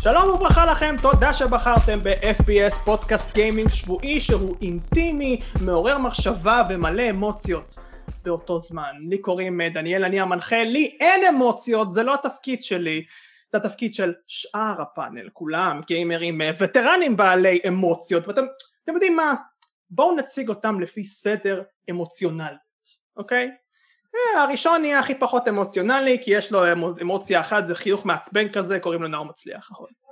שלום וברכה לכם, תודה שבחרתם ב-FPS פודקאסט גיימינג שבועי שהוא אינטימי, מעורר מחשבה ומלא אמוציות באותו זמן. לי קוראים דניאל, אני המנחה, לי אין אמוציות, זה לא התפקיד שלי, זה התפקיד של שאר הפאנל, כולם גיימרים וטרנים בעלי אמוציות, ואתם יודעים מה? בואו נציג אותם לפי סדר אמוציונלי, אוקיי? הראשון יהיה הכי פחות אמוציונלי, כי יש לו אמוציה אחת, זה חיוך מעצבן כזה, קוראים לו נאור מצליח.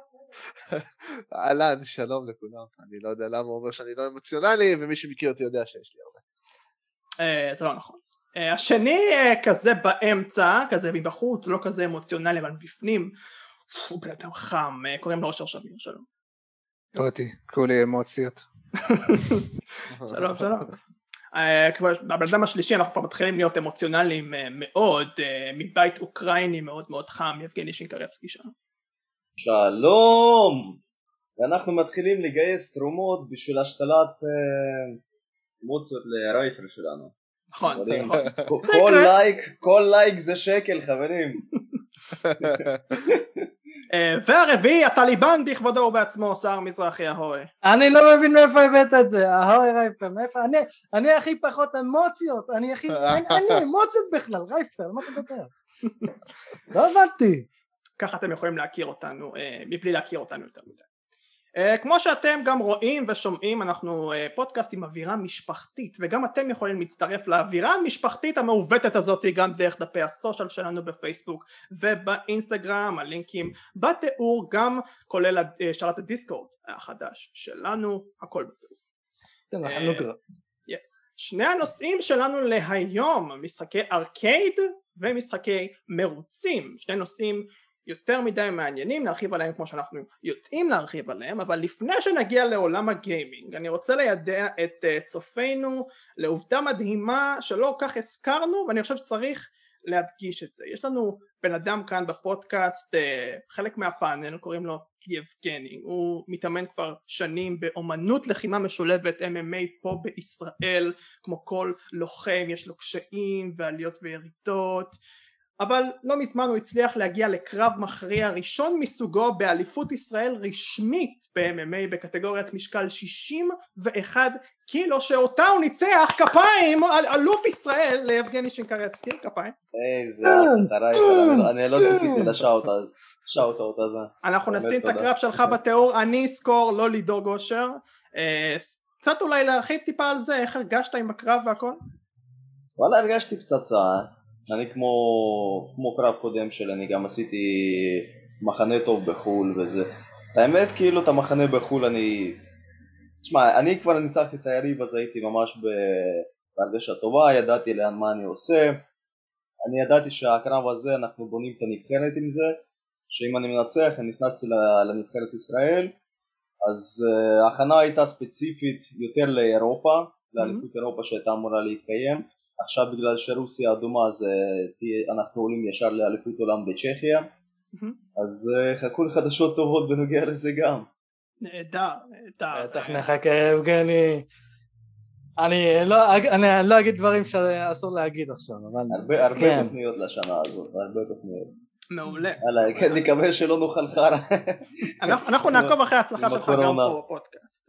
אהלן, שלום לכולם. אני לא יודע למה הוא אומר שאני לא אמוציונלי, ומי שמכיר אותי יודע שיש לי הרבה. זה לא נכון. השני כזה באמצע, כזה מבחוץ, לא כזה אמוציונלי, אבל בפנים, הוא בן אדם חם, קוראים לו אושר שמיר, שלום. אותי, כולי אמוציות. שלום, שלום. הבן אדם השלישי אנחנו כבר מתחילים להיות אמוציונליים מאוד, מבית אוקראיני מאוד מאוד חם, יבגני שינקרבסקי שם. שלום! ואנחנו מתחילים לגייס תרומות בשביל השתלת אמוציות לרייפל שלנו. נכון, נכון. כל לייק זה שקל, חברים. והרביעי, הטליבן בכבודו ובעצמו, שר מזרחי ההוי. אני לא מבין מאיפה הבאת את זה, ההוי רייפל, מאיפה? אני הכי פחות אמוציות, אני אמוציות בכלל, רייפל, מה אתה מדבר? לא הבנתי. ככה אתם יכולים להכיר אותנו, מבלי להכיר אותנו יותר מדי. כמו שאתם גם רואים ושומעים, אנחנו פודקאסט עם אווירה משפחתית, וגם אתם יכולים להצטרף לאווירה המשפחתית המעוותת הזאת גם דרך דפי הסושיאל שלנו בפייסבוק ובאינסטגרם, הלינקים בתיאור, גם כולל שלט הדיסקורד החדש שלנו, הכל בתיאור. שני הנושאים שלנו להיום, משחקי ארקייד ומשחקי מרוצים, שני נושאים יותר מדי מעניינים, נרחיב עליהם כמו שאנחנו יודעים להרחיב עליהם, אבל לפני שנגיע לעולם הגיימינג, אני רוצה לידע את צופינו לעובדה מדהימה שלא כך הזכרנו, ואני חושב שצריך להדגיש את זה. יש לנו בן אדם כאן בפודקאסט, חלק מהפאנל, קוראים לו יבגני, הוא מתאמן כבר שנים באומנות לחימה משולבת MMA פה בישראל, כמו כל לוחם יש לו קשיים ועליות וירידות, אבל לא מזמן הוא הצליח להגיע לקרב מכריע ראשון מסוגו באליפות ישראל רשמית ב-MMA בקטגוריית משקל 61 קילו, שאותה הוא ניצח. כפיים, אלוף ישראל ליבגני שינקרבסקי, כפיים. איזה אני לא ציפיתי לשאוט הזה. אנחנו נשים את הקרב שלך בתיאור, אני אזכור, לא לדאוג אושר. קצת אולי להרחיב טיפה על זה, איך הרגשת עם הקרב והכל? וואלה, הרגשתי פצצה. אני כמו קרב קודם שלי, אני גם עשיתי מחנה טוב בחול וזה. האמת, כאילו את המחנה בחול תשמע, אני כבר ניצחתי את היריב, אז הייתי ממש בהרגשה טובה, ידעתי לאן מה אני עושה. אני ידעתי שהקרב הזה אנחנו בונים את הנבחרת עם זה, שאם אני מנצח אני נכנסתי לנבחרת ישראל, אז ההכנה הייתה ספציפית יותר לאירופה, לאליפות אירופה שהייתה אמורה להתקיים. עכשיו בגלל שרוסיה אדומה אז אנחנו עולים ישר לאליפות עולם בצ'כיה, אז חכו לחדשות טובות בנוגע לזה גם. נהדר, נהדר. בטח נחכה יבגני. אני לא אגיד דברים שאסור להגיד עכשיו, אבל הרבה תוכניות לשנה הזאת, הרבה תוכניות. מעולה. נקווה שלא נאכל חרא. אנחנו נעקוב אחרי ההצלחה שלך גם פה בפודקאסט.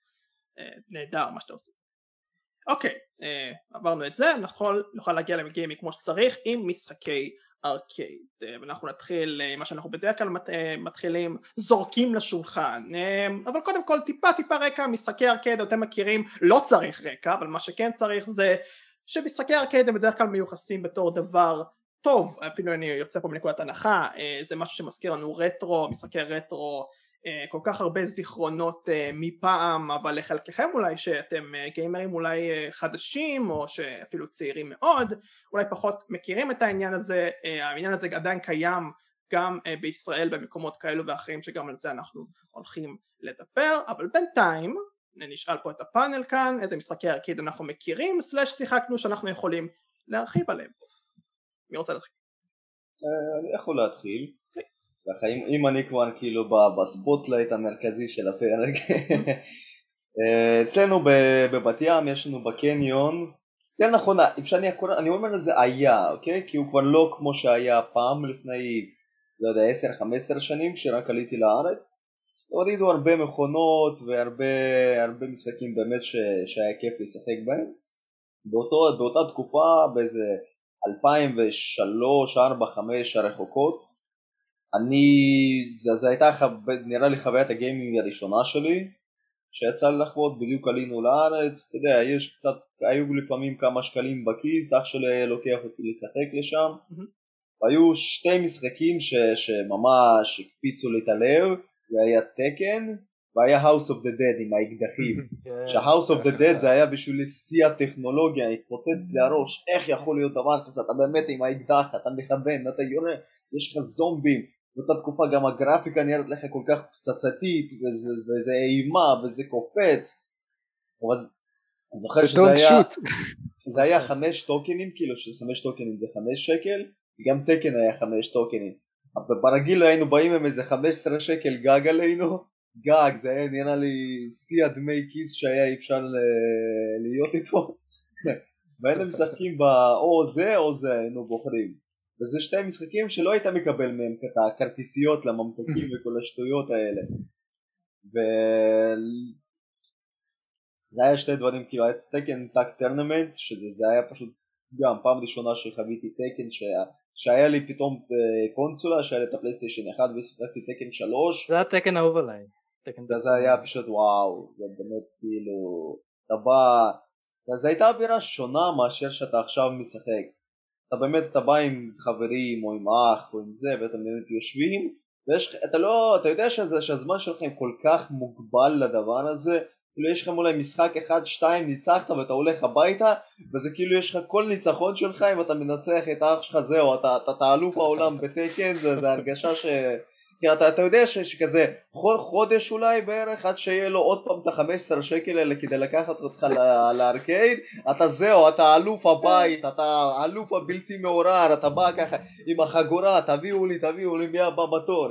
נהדר מה שאתה עושה. אוקיי, עברנו את זה, נוכל להגיע לגיימינג כמו שצריך עם משחקי ארקייד, ואנחנו נתחיל מה שאנחנו בדרך כלל מתחילים, זורקים לשולחן, אבל קודם כל טיפה רקע. משחקי ארקייד אתם מכירים, לא צריך רקע, אבל מה שכן צריך זה שמשחקי ארקייד הם בדרך כלל מיוחסים בתור דבר טוב, אפילו אני יוצא פה מנקודת הנחה, זה משהו שמזכיר לנו רטרו, משחקי רטרו, כל כך הרבה זיכרונות מפעם, אבל לחלקכם אולי שאתם גיימרים אולי חדשים או שאפילו צעירים מאוד, אולי פחות מכירים את העניין הזה. העניין הזה עדיין קיים גם בישראל במקומות כאלו ואחרים שגם על זה אנחנו הולכים לדבר, אבל בינתיים נשאל פה את הפאנל כאן איזה משחקי ארקייד אנחנו מכירים סלש שיחקנו שאנחנו יכולים להרחיב עליהם. מי רוצה להתחיל? אני יכול להתחיל. אם אני כבר כאילו בספוטלייט המרכזי של הפרק. אצלנו בבת ים יש לנו בקניון, כן נכון, אני אומר לזה היה, אוקיי? כי הוא כבר לא כמו שהיה פעם לפני לא יודע, 10-15 שנים כשרק עליתי לארץ. הורידו הרבה מכונות והרבה משחקים באמת שהיה כיף לשחק בהם. באותה תקופה, באיזה 2003, 4, 5 הרחוקות, זה הייתה נראה לי חוויית הגיימינג הראשונה שלי, שיצא לי לחוות, בדיוק עלינו לארץ, אתה יודע, היו לפעמים כמה שקלים בכיס, אח שלי לוקח אותי לשחק לשם, והיו שתי משחקים שממש הקפיצו לי את הלב, והיה תקן, והיה House of the Dead עם האקדחים. שה-House of the Dead זה היה בשביל שיא הטכנולוגיה, התפוצץ לי הראש, איך יכול להיות דבר כזה, אתה באמת עם האקדח, אתה מכוון, אתה יורה, יש לך זומבים, באותה תקופה גם הגרפיקה נראית לך כל כך פצצתית, וזה אימה, וזה קופץ. אני זוכר שזה היה 5 טוקנים, כאילו 5 טוקנים זה 5 שקל, וגם תקן היה 5 טוקנים. אבל ברגיל היינו באים עם איזה 15 שקל גג עלינו, גג, זה היה נראה לי שיא הדמי כיס שהיה אפשר להיות איתו. והיינו משחקים או זה היינו בוחרים. וזה שתי משחקים שלא היית מקבל מהם ככה, כרטיסיות לממתקים וכל השטויות האלה. זה היה שתי דברים, כאילו היה תקן טאק טרנמנט, שזה היה פשוט גם פעם ראשונה שחוויתי תקן שהיה לי פתאום קונסולה, שהיה לי את הפלייסטיישן 1 ושיחקתי תקן 3. זה התקן האהוב עליי. זה היה פשוט וואו, זה באמת כאילו, אתה בא, זה הייתה אווירה שונה מאשר שאתה עכשיו משחק. אתה בא עם חברים או עם אח או עם זה ואתה באמת יושבים, אתה יודע שהזמן שלכם כל כך מוגבל לדבר הזה, כאילו יש לכם אולי משחק 1-2 ניצחת ואתה הולך הביתה, וזה כאילו יש לך כל ניצחון שלך אם אתה מנצח את האח שלך, זהו, אתה אלוף העולם בתקן, זה הרגשה כי אתה יודע שכזה חודש אולי בערך עד שיהיה לו עוד פעם את ה-15 שקל האלה כדי לקחת אותך לארקייד, אתה זהו, אתה אלוף הבית, אתה אלוף הבלתי מעורר, אתה בא ככה עם החגורה, תביאו לי מי הבא בתור.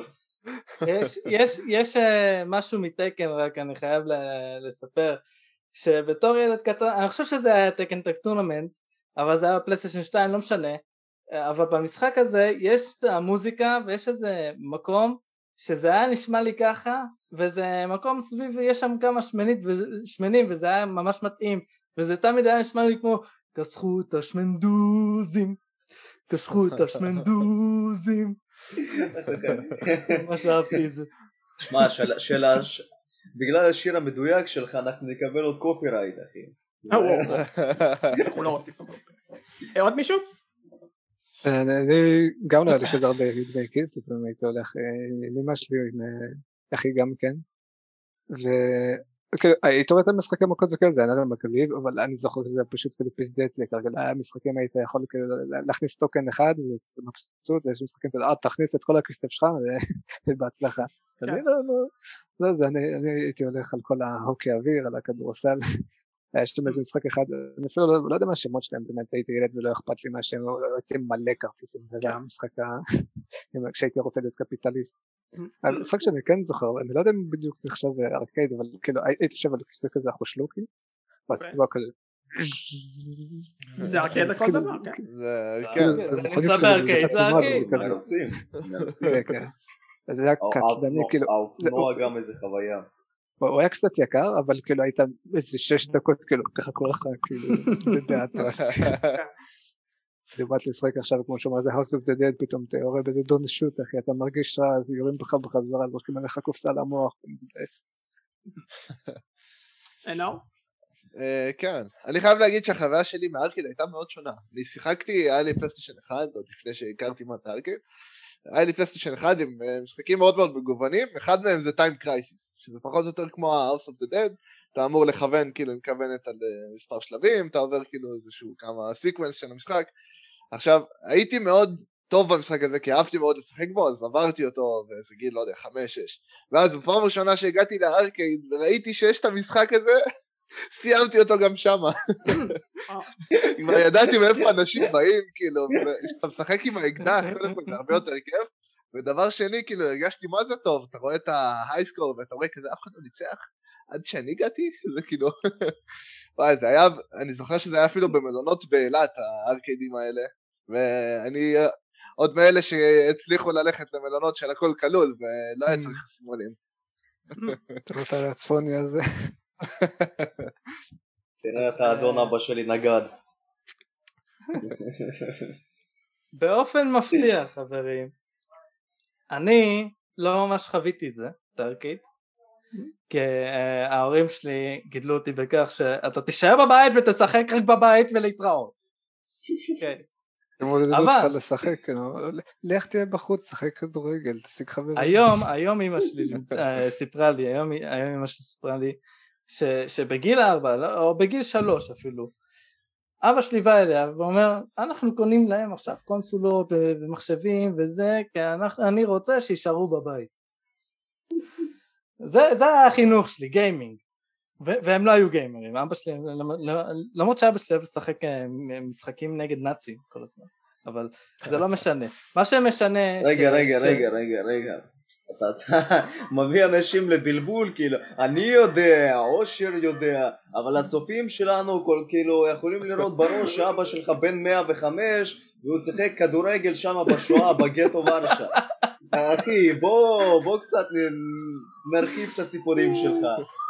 יש משהו מתקן, רק אני חייב לספר שבתור ילד קטן, אני חושב שזה היה תקן טורנמנט, אבל זה היה פלייסטיישן 2, לא משנה, אבל במשחק הזה יש את המוזיקה ויש איזה מקום שזה היה נשמע לי ככה, וזה מקום סביב, יש שם כמה שמנים וזה היה ממש מתאים, וזה תמיד היה נשמע לי כמו כסחו את השמנדוזים, כסחו את השמנדוזים. ממש אהבתי את זה. שמע, בגלל השיר המדויק שלך אנחנו נקבל עוד קופירייט, אחי. אנחנו לא רוצים עוד מישהו? אני גם לא היה לי כזה הרבה דמי כיס, לפעמים הייתי הולך לאמא שלי עם אחי גם כן, והייתי רואה את המשחקי מכות וכאלה, זה היה נראה מגניב, אבל אני זוכר שזה פשוט כאילו פסדט, זה כרגע היה משחקים היית יכול להכניס טוקן אחד וזה מבסוט, ויש משחקים כאילו תכניס את כל הכסף שלך ובהצלחה. אני הייתי הולך על כל ההוקי אוויר, על הכדורסל, יש שם איזה משחק אחד, אני אפילו לא יודע מה השמות שלהם, באמת הייתי ילד ולא אכפת לי מהשם, יוצאים מלא כרטיסים, זה היה המשחק כשהייתי רוצה להיות קפיטליסט. המשחק שאני כן זוכר, אני לא יודע אם בדיוק נחשב ארקייד, אבל כאילו הייתי שב על כיסא כזה החושלוקי, והטבע כזה. זה ארקייד לכל דבר, כן. זה נמצא בארקייד, זה ארקייד. אז זה היה קטלני, כאילו. האופנוע גם איזה חוויה. הוא היה קצת יקר, אבל כאילו היית איזה 6 דקות, כאילו, ככה כל אחד, כאילו, לדעת. דיברת לשחק עכשיו, כמו שאומר, זה House of the Dead, פתאום אתה יורה באיזה דון שוט, אחי, אתה מרגיש רע, אז יורים בך בחזרה, זורקים עליך קופסה למוח, ומתבאס. אינו? כן, אני חייב להגיד שהחוויה שלי מהארקייד הייתה מאוד שונה. אני שיחקתי, היה לי פלייסטיישן 1, עוד לפני שהכרתי מה את הארקייד, היה לי פלייסטיישן 1 עם משחקים מאוד מאוד מגוונים, אחד מהם זה Time Crisis, שזה פחות או יותר כמו ה-House of the Dead, אתה אמור לכוון, כאילו, מכוונת על מספר שלבים, אתה עובר כאילו איזשהו כמה סיקוונס של המשחק. עכשיו, הייתי מאוד טוב במשחק הזה, כי אהבתי מאוד לשחק בו, אז עברתי אותו באיזה גיל, לא יודע, 5-6. ואז בפעם ראשונה שהגעתי לארקייד, וראיתי שיש את המשחק הזה, סיימתי אותו גם שמה. כבר ידעתי מאיפה אנשים באים, כאילו, אתה משחק עם האקדח, קודם כל זה הרבה יותר כיף, ודבר שני, כאילו, הרגשתי מה זה טוב, אתה רואה את ההייסקור, ואתה רואה כזה, אף אחד לא ניצח, עד שאני הגעתי, זה כאילו, וואי, זה היה, אני זוכר שזה היה אפילו במלונות באילת, הארקיידים האלה, ואני עוד מאלה שהצליחו ללכת למלונות של הכל כלול, ולא היה צריך סימונים. תראו את הצפוני הזה. תראה את האדון אבא שלי נגד. באופן מפתיע חברים, אני לא ממש חוויתי את זה, את הארקייד, כי ההורים שלי גידלו אותי בכך שאתה תישאר בבית ותשחק רק בבית ולהתראות. הם עודדו אותך לשחק, לך תהיה בחוץ, שחק כדורגל, תשיג חברים. היום אמא שלי סיפרה לי, היום אמא שלי סיפרה לי, שבגיל 4 או בגיל 3 אפילו, אבא שלי בא אליה ואומר, אנחנו קונים להם עכשיו קונסולות ומחשבים וזה, כי אני רוצה שישארו בבית. זה החינוך שלי, גיימינג. והם לא היו גיימרים, אבא שלי, למרות שאבא שלי אוהב לשחק משחקים נגד נאצים כל הזמן, אבל זה לא משנה. מה שמשנה... רגע. אתה מביא אנשים לבלבול, כאילו, אני יודע, אושר יודע, אבל הצופים שלנו כאילו יכולים לראות בראש שאבא שלך בן 105 והוא שיחק כדורגל שם בשואה בגטו ורשה. אחי, בוא קצת נרחיב את הסיפורים שלך.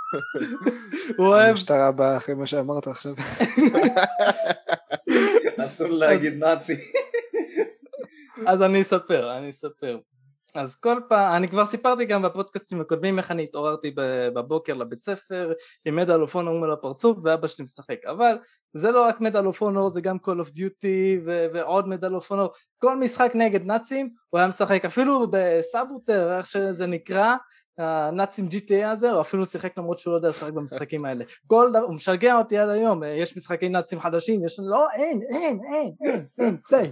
המשטרה באה אחרי מה שאמרת עכשיו. אסור להגיד נאצי. אז אני אספר. אז כל פעם, אני כבר סיפרתי גם בפודקאסטים הקודמים איך אני התעוררתי בבוקר לבית ספר עם מדל אוף אונור מול הפרצוף ואבא שלי משחק, אבל זה לא רק מדל אוף אונור, זה גם Call of Duty ועוד מדל אוף אונור, כל משחק נגד נאצים הוא היה משחק, אפילו בסאבוטר, איך שזה נקרא, הנאצים GTA הזה, הוא אפילו שיחק למרות שהוא לא יודע לשחק במשחקים האלה. הוא משגע אותי עד היום, יש משחקי נאצים חדשים, לא, אין, די.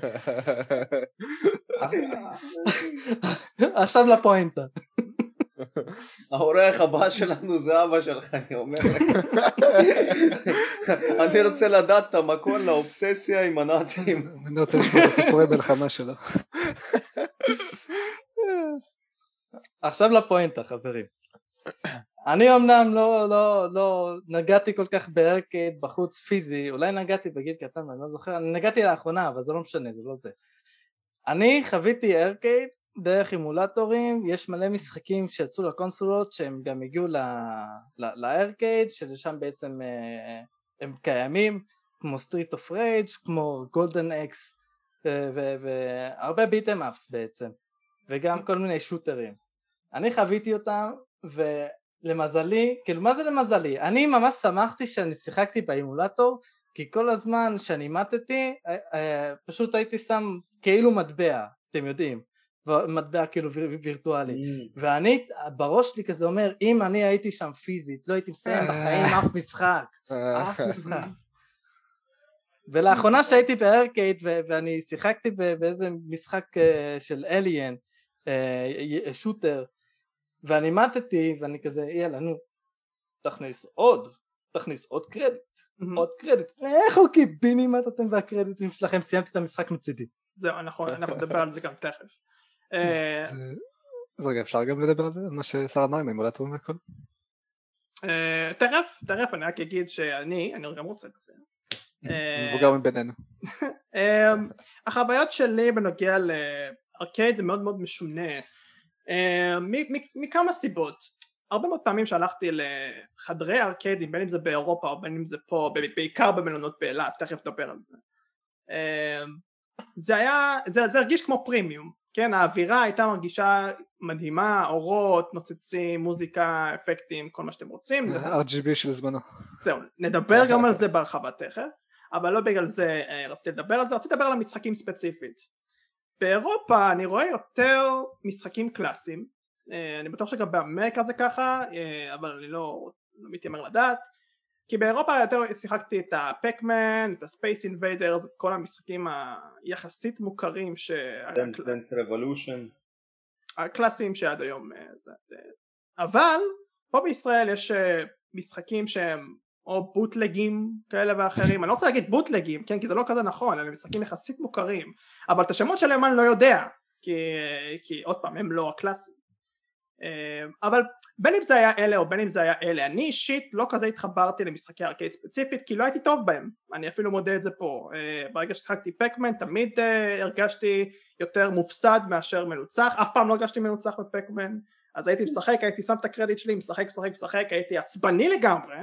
עכשיו לפואנטה. האורח הבא שלנו זה אבא שלך, אני אומר לך. אני רוצה לדעת את המקור לאובססיה עם הנאצים. אני רוצה לשמוע את הסיפורי מלחמה שלו. עכשיו לפואנטה חברים. אני אמנם לא נגעתי כל כך בארקייד בחוץ פיזי, אולי נגעתי בגיל קטן, אני לא זוכר, אני נגעתי לאחרונה, אבל זה לא משנה, זה לא זה. אני חוויתי ארקייד דרך אימולטורים, יש מלא משחקים שיצאו לקונסולות שהם גם הגיעו לארקייד, שלשם בעצם הם קיימים, כמו סטריט אוף רייג', כמו גולדן אקס, והרבה ביטם אפס בעצם, וגם כל מיני שוטרים. אני חוויתי אותם, ולמזלי, כאילו מה זה למזלי? אני ממש שמחתי שאני שיחקתי באימולטור, כי כל הזמן שאני מתתי, פשוט הייתי שם כאילו מטבע, אתם יודעים, מטבע כאילו וירטואלי, ואני בראש שלי כזה אומר, אם אני הייתי שם פיזית, לא הייתי מסיים בחיים אף משחק. ולאחרונה שהייתי בארקייד, ואני שיחקתי באיזה משחק של אליאן, שוטר, ואני מתתי, ואני כזה, יאללה, נו, תכניס עוד קרדיט, איך הוא קיביני מתתם והקרדיטים שלכם, סיימתי את המשחק מצידי. זהו, אנחנו נדבר על זה גם תכף. אז רגע, אפשר גם לדבר על זה, מה ששר אמר עם האימולטורים והכל? תכף, אני רק אגיד שאני גם רוצה לדבר. מבוגר מבינינו. החוויות שלי בנוגע לארקייד זה מאוד מאוד משונה, מכמה סיבות. הרבה מאוד פעמים שהלכתי לחדרי ארקיידים, בין אם זה באירופה או בין אם זה פה, בעיקר במלונות באילת, תכף נדבר על זה. זה הרגיש כמו פרימיום, כן, האווירה הייתה מרגישה מדהימה, אורות, נוצצים, מוזיקה, אפקטים, כל מה שאתם רוצים. RGB של זמנו. זהו, נדבר גם על זה בהרחבה תכף, אבל לא בגלל זה רציתי לדבר על זה, רציתי לדבר על המשחקים ספציפית. באירופה אני רואה יותר משחקים קלאסיים, אני בטוח שגם באמריקה זה ככה, אבל אני לא מתיימר לדעת, כי באירופה יותר שיחקתי את הפקמן, את הספייס אינביידרס, את כל המשחקים היחסית מוכרים, דנס רבולושן, הקלאסיים שעד היום, אבל פה בישראל יש משחקים שהם או בוטלגים כאלה ואחרים, אני לא רוצה להגיד בוטלגים, כן, כי זה לא כזה נכון, אלה משחקים יחסית מוכרים, אבל את השמות שלהם אני לא יודע, כי עוד פעם הם לא הקלאסיים. אבל בין אם זה היה אלה או בין אם זה היה אלה, אני אישית לא כזה התחברתי למשחקי ארקייד ספציפית כי לא הייתי טוב בהם, אני אפילו מודה את זה פה. ברגע ששחקתי פקמן תמיד הרגשתי יותר מופסד מאשר מנוצח, אף פעם לא הרגשתי מנוצח בפקמן, אז הייתי משחק, הייתי שם את הקרדיט שלי, משחק, הייתי עצבני לגמרי,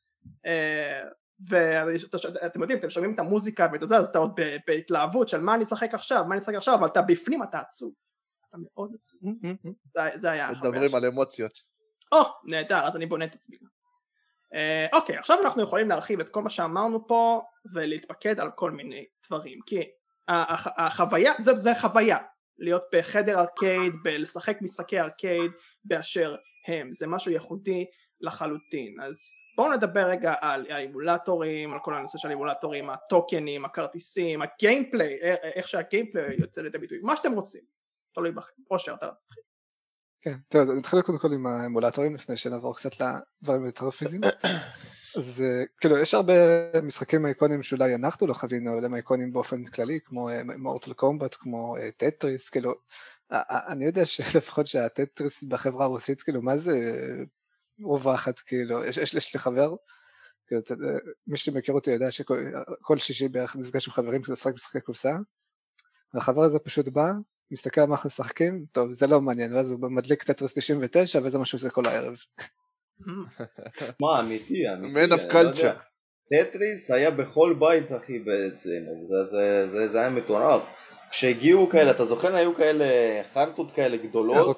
ואתם יודעים, אתם שומעים את המוזיקה ואת זה, אז אתה עוד בהתלהבות של מה אני אשחק עכשיו, אבל אתה בפנים, אתה עצוב, אתה מאוד עצוב. זה היה החוויה. מדברים על אמוציות. נהדר, אז אני בונה את עצמי. אוקיי, עכשיו אנחנו יכולים להרחיב את כל מה שאמרנו פה ולהתפקד על כל מיני דברים, כי החוויה, זה חוויה, להיות בחדר ארקייד, לשחק משחקי ארקייד באשר הם, זה משהו ייחודי לחלוטין. אז בואו נדבר רגע על האימולטורים, על כל הנושא של האימולטורים, הטוקנים, הכרטיסים, הגיימפליי, איך שהגיימפליי יוצא לידי ביטוי, מה שאתם רוצים, תלוי בכם, או שאתה תתחיל. כן, טוב, נתחיל קודם כל עם האימולטורים לפני שנעבור קצת לדברים יותר פיזיים. אז כאילו יש הרבה משחקים אייקונים שאולי אנחנו לא חווינו, אבל הם אייקונים באופן כללי, כמו מורטל קומבט, כמו טטריס, כאילו, אני יודע שלפחות שהטטריס בחברה הרוסית, כאילו, מה זה רווחת, כאילו, יש לי חבר, כאילו, מי שמכיר אותי יודע שכל שישי בערך נפגש עם חברים כדי לשחק משחקי קופסה, והחבר הזה פשוט בא, מסתכל על מה אנחנו משחקים, טוב, זה לא מעניין, ואז הוא מדליק טטריס 99, וזה מה שהוא עושה כל הערב. מה, אמיתי, Man of culture. טטריס היה בכל בית אחי בעצם, זה היה מטורף. כשהגיעו כאלה, אתה זוכר, היו כאלה חרטות כאלה גדולות,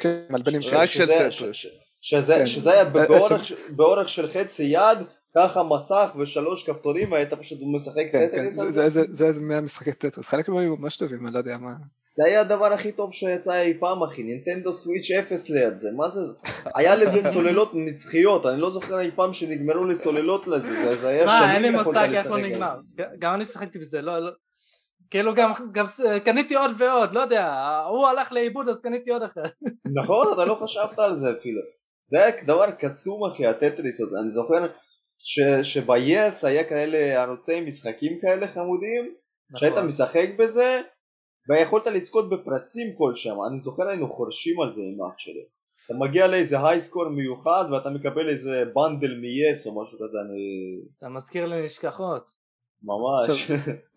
שזה היה באורך של חצי יד, ככה מסך ושלוש כפתורים, והיית פשוט משחק טטריס. זה מהמשחקי טטריס, חלק מהם היו ממש טובים, אני לא יודע מה. זה היה הדבר הכי טוב שיצא אי פעם אחי, נינטנדו סוויץ' 0 ליד זה, מה זה? היה לזה סוללות נצחיות, אני לא זוכר אי פעם שנגמרו לי סוללות לזה, זה היה שנים. אין לי מושג איך לא נגמר, גם אני שחקתי בזה, כאילו גם קניתי עוד ועוד, לא יודע, הוא הלך לאיבוד אז קניתי עוד אחר. נכון, אתה לא חשבת על זה אפילו, זה היה דבר קסום אחי, הטטריס הזה, אני זוכר שב-yes היה כאלה ערוצי משחקים כאלה חמודים, שהיית משחק בזה, ויכולת לזכות בפרסים כלשהם, אני זוכר היינו חורשים על זה עם אח שלי. אתה מגיע לאיזה הייסקור מיוחד ואתה מקבל איזה בנדל מ-yes או משהו כזה, אתה מזכיר לי נשכחות. ממש.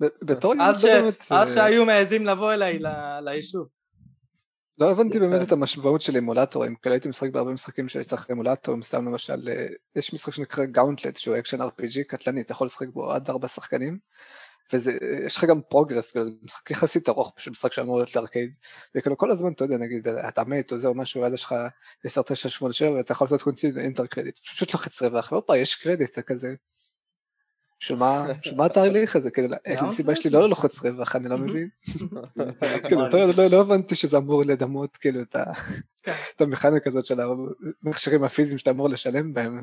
אז שהיו מעזים לבוא אליי ליישוב. לא הבנתי באמת את המשמעות של אימולטורים, כי הייתי משחק בהרבה משחקים שאני צריך אימולטורים, סתם למשל, יש משחק שנקרא גאונטלט שהוא אקשן RPG קטלני, אתה יכול לשחק בו עד 4 שחקנים, ויש לך גם פרוגרס, זה משחק יחסית ארוך, פשוט משחק שאמור להיות לארקייד, וכאילו כל הזמן אתה יודע, נגיד, אתה מת או זה או משהו, ואז יש לך 10, 9, 8, 7, ואתה יכול לעשות קונטיניו אינטר קרדיט, פשוט לוחץ רווח, ואופה, יש קרדיט, זה כזה, בשביל מה התהליך הזה, כאילו, יש לי סיבה שלי לא ללחוץ רווח, אני לא מבין, כאילו, לא הבנתי שזה אמור לדמות, כאילו, את המכניקה הזאת של המכשירים הפיזיים שאתה אמור לשלם בהם.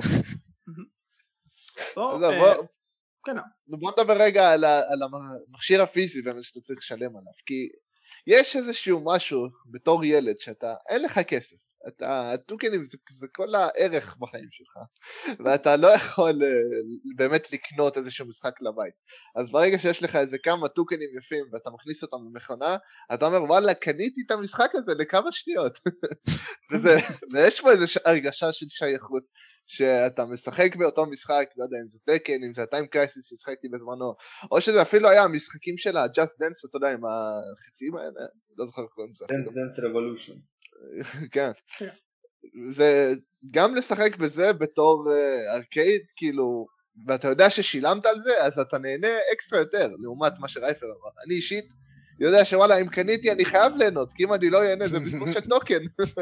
בוא נדבר רגע על המכשיר הפיזי באמת שאתה צריך לשלם עליו, כי יש איזשהו משהו בתור ילד שאתה, אין לך כסף, הטוקנים זה כל הערך בחיים שלך, ואתה לא יכול באמת לקנות איזשהו משחק לבית, אז ברגע שיש לך איזה כמה טוקנים יפים ואתה מכניס אותם במכונה, אתה אומר וואלה קניתי את המשחק הזה לכמה שניות, ויש פה איזו הרגשה של שייכות, שאתה משחק באותו משחק, לא יודע אם זה טקן, אם זה הטיים קרייסיס ששחקתי בזמנו, או שזה אפילו היה המשחקים של ה-Just Dance, אתה יודע, עם החצים האלה, לא זוכר קוראים לזה. Dance Revolution. כן. זה גם לשחק בזה בתור ארקייד, כאילו, ואתה יודע ששילמת על זה, אז אתה נהנה אקסטרה יותר, לעומת מה שרייפר אמר. אני אישית יודע שוואלה, אם קניתי אני חייב ליהנות, כי אם אני לא ייהנה זה בזכות של טוקן.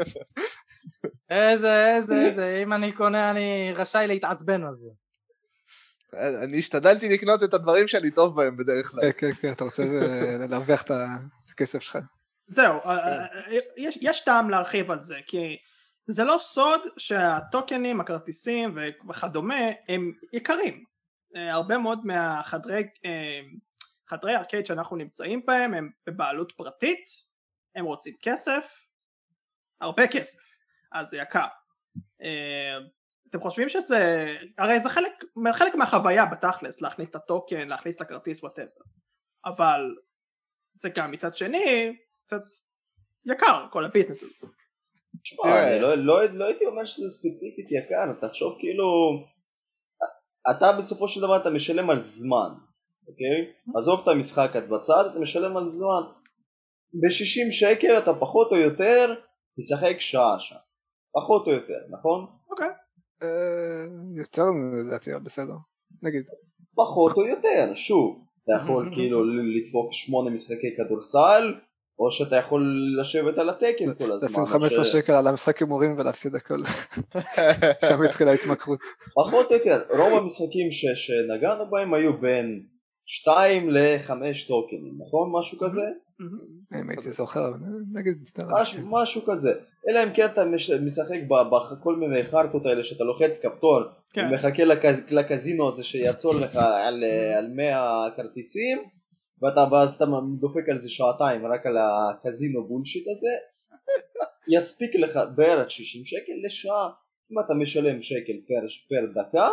איזה, אם אני קונה אני רשאי להתעצבן על זה. אני השתדלתי לקנות את הדברים שאני טוב בהם בדרך כלל. כן, אתה רוצה להרוויח את הכסף שלך. זהו, יש טעם להרחיב על זה, כי זה לא סוד שהטוקנים, הכרטיסים וכדומה הם יקרים. הרבה מאוד מהחדרי ארקייד שאנחנו נמצאים בהם הם בבעלות פרטית, הם רוצים כסף, הרבה כסף, אז זה יקר. אתם חושבים שזה, הרי זה חלק מהחוויה בתכלס, להכניס את הטוקן, להכניס את הכרטיס, whatever. אבל זה גם מצד שני, קצת יקר, כל הביזנס הזה. תשמע, אני לא הייתי אומר שזה ספציפית יקר, תחשוב כאילו, אתה בסופו של דבר אתה משלם על זמן, אוקיי? עזוב את המשחק את בצד, אתה משלם על זמן. ב-60 שקל אתה פחות או יותר תשחק שעה. פחות או יותר, נכון? אוקיי. יותר לדעתי, בסדר. נגיד. פחות או יותר, שוב. אתה יכול כאילו לדפוק 8 משחקי כדורסל, או שאתה יכול לשבת על התקן כל הזמן. לשים 15 שקל על המשחק הימורים ולהפסיד הכל. שם התחילה ההתמכרות. פחות או יותר, רוב המשחקים שנגענו בהם היו בין 2 ל-5 טוקנים, נכון? משהו כזה? אם הייתי זוכר, נגיד משהו כזה. אלא אם כן אתה משחק בכל מיני חרטות האלה שאתה לוחץ כפתור ומחכה לקזינו הזה שיעצור לך על 100 כרטיסים, ואז אתה דופק על זה שעתיים רק על הקזינו בולשיט הזה. יספיק לך בערך 60 שקל לשעה. אם אתה משלם שקל פר דקה,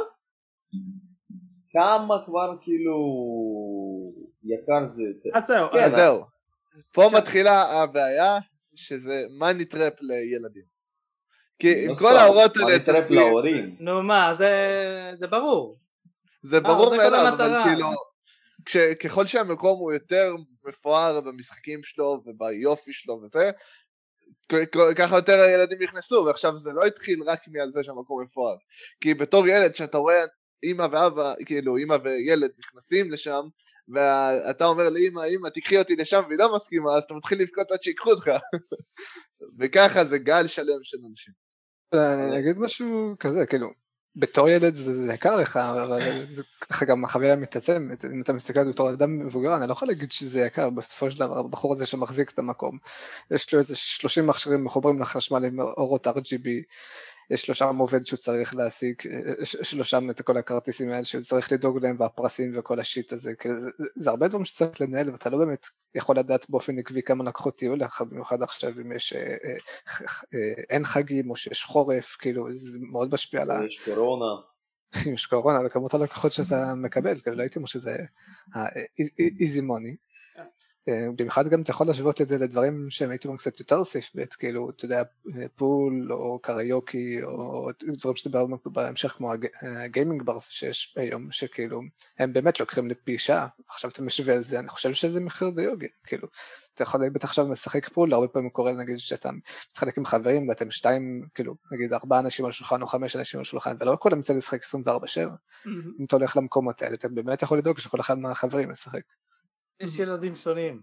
כמה כבר כאילו יקר זה יוצא. אז זהו. פה מתחילה הבעיה שזה מאני טראפ לילדים. כי עם כל ההורות האלה... מאני טראפ להורים. נו מה, זה ברור. זה ברור מאליו, אבל כאילו... ככל שהמקום הוא יותר מפואר במשחקים שלו וביופי שלו וזה, ככה יותר הילדים נכנסו, ועכשיו זה לא התחיל רק מעל זה שהמקום מפואר. כי בתור ילד שאתה רואה אמא ואבא, כאילו אמא וילד נכנסים לשם, ואתה אומר לאמא, תקחי אותי לשם והיא לא מסכימה, אז אתה מתחיל לבכות עד שיקחו אותך. וככה זה גל שלם של אנשים. אני אגיד משהו כזה, כאילו, בתור ילד זה יקר לך, אבל זה ככה גם החוויה מתעצמת. אם אתה מסתכל בתור אדם מבוגר, אני לא יכול להגיד שזה יקר, בסופו של דבר, הבחור הזה שמחזיק את המקום, יש לו איזה 30 מכשירים מחוברים לחשמל עם אורות RGB, יש לו שם עובד שהוא צריך להשיג, יש לו שם את כל הכרטיסים האלה שהוא צריך לדאוג להם, והפרסים וכל השיט הזה, זה הרבה דברים שצריך לנהל, ואתה לא באמת יכול לדעת באופן עקבי כמה לקוחות יהיו לך, במיוחד עכשיו אם יש אין חגים או שיש חורף, כאילו זה מאוד משפיע על יש קורונה. יש קורונה, על כמות הלקוחות שאתה מקבל, כאילו לא הייתי אומר שזה easy money. במיוחד גם אתה יכול להשוות את זה לדברים שהם הייתי אומר קצת יותר סייף בית, כאילו אתה יודע פול או קריוקי או דברים שדיברנו בהמשך כמו הגיימינג ברס שיש היום, שכאילו הם באמת לוקחים לפי שעה. עכשיו אתה משווה על זה, אני חושב שזה מחיר די הוגן, כאילו אתה יכול בטח עכשיו משחק פול, הרבה פעמים קורה נגיד שאתה מתחלק עם חברים ואתם 2, כאילו נגיד 4 אנשים על שולחן או 5 אנשים על שולחן, ולא כל המצא לשחק 24/7. אם אתה הולך למקומות האלה אתה באמת יכול לדאוג שכל אחד מהחברים ישחק. יש ילדים שונים.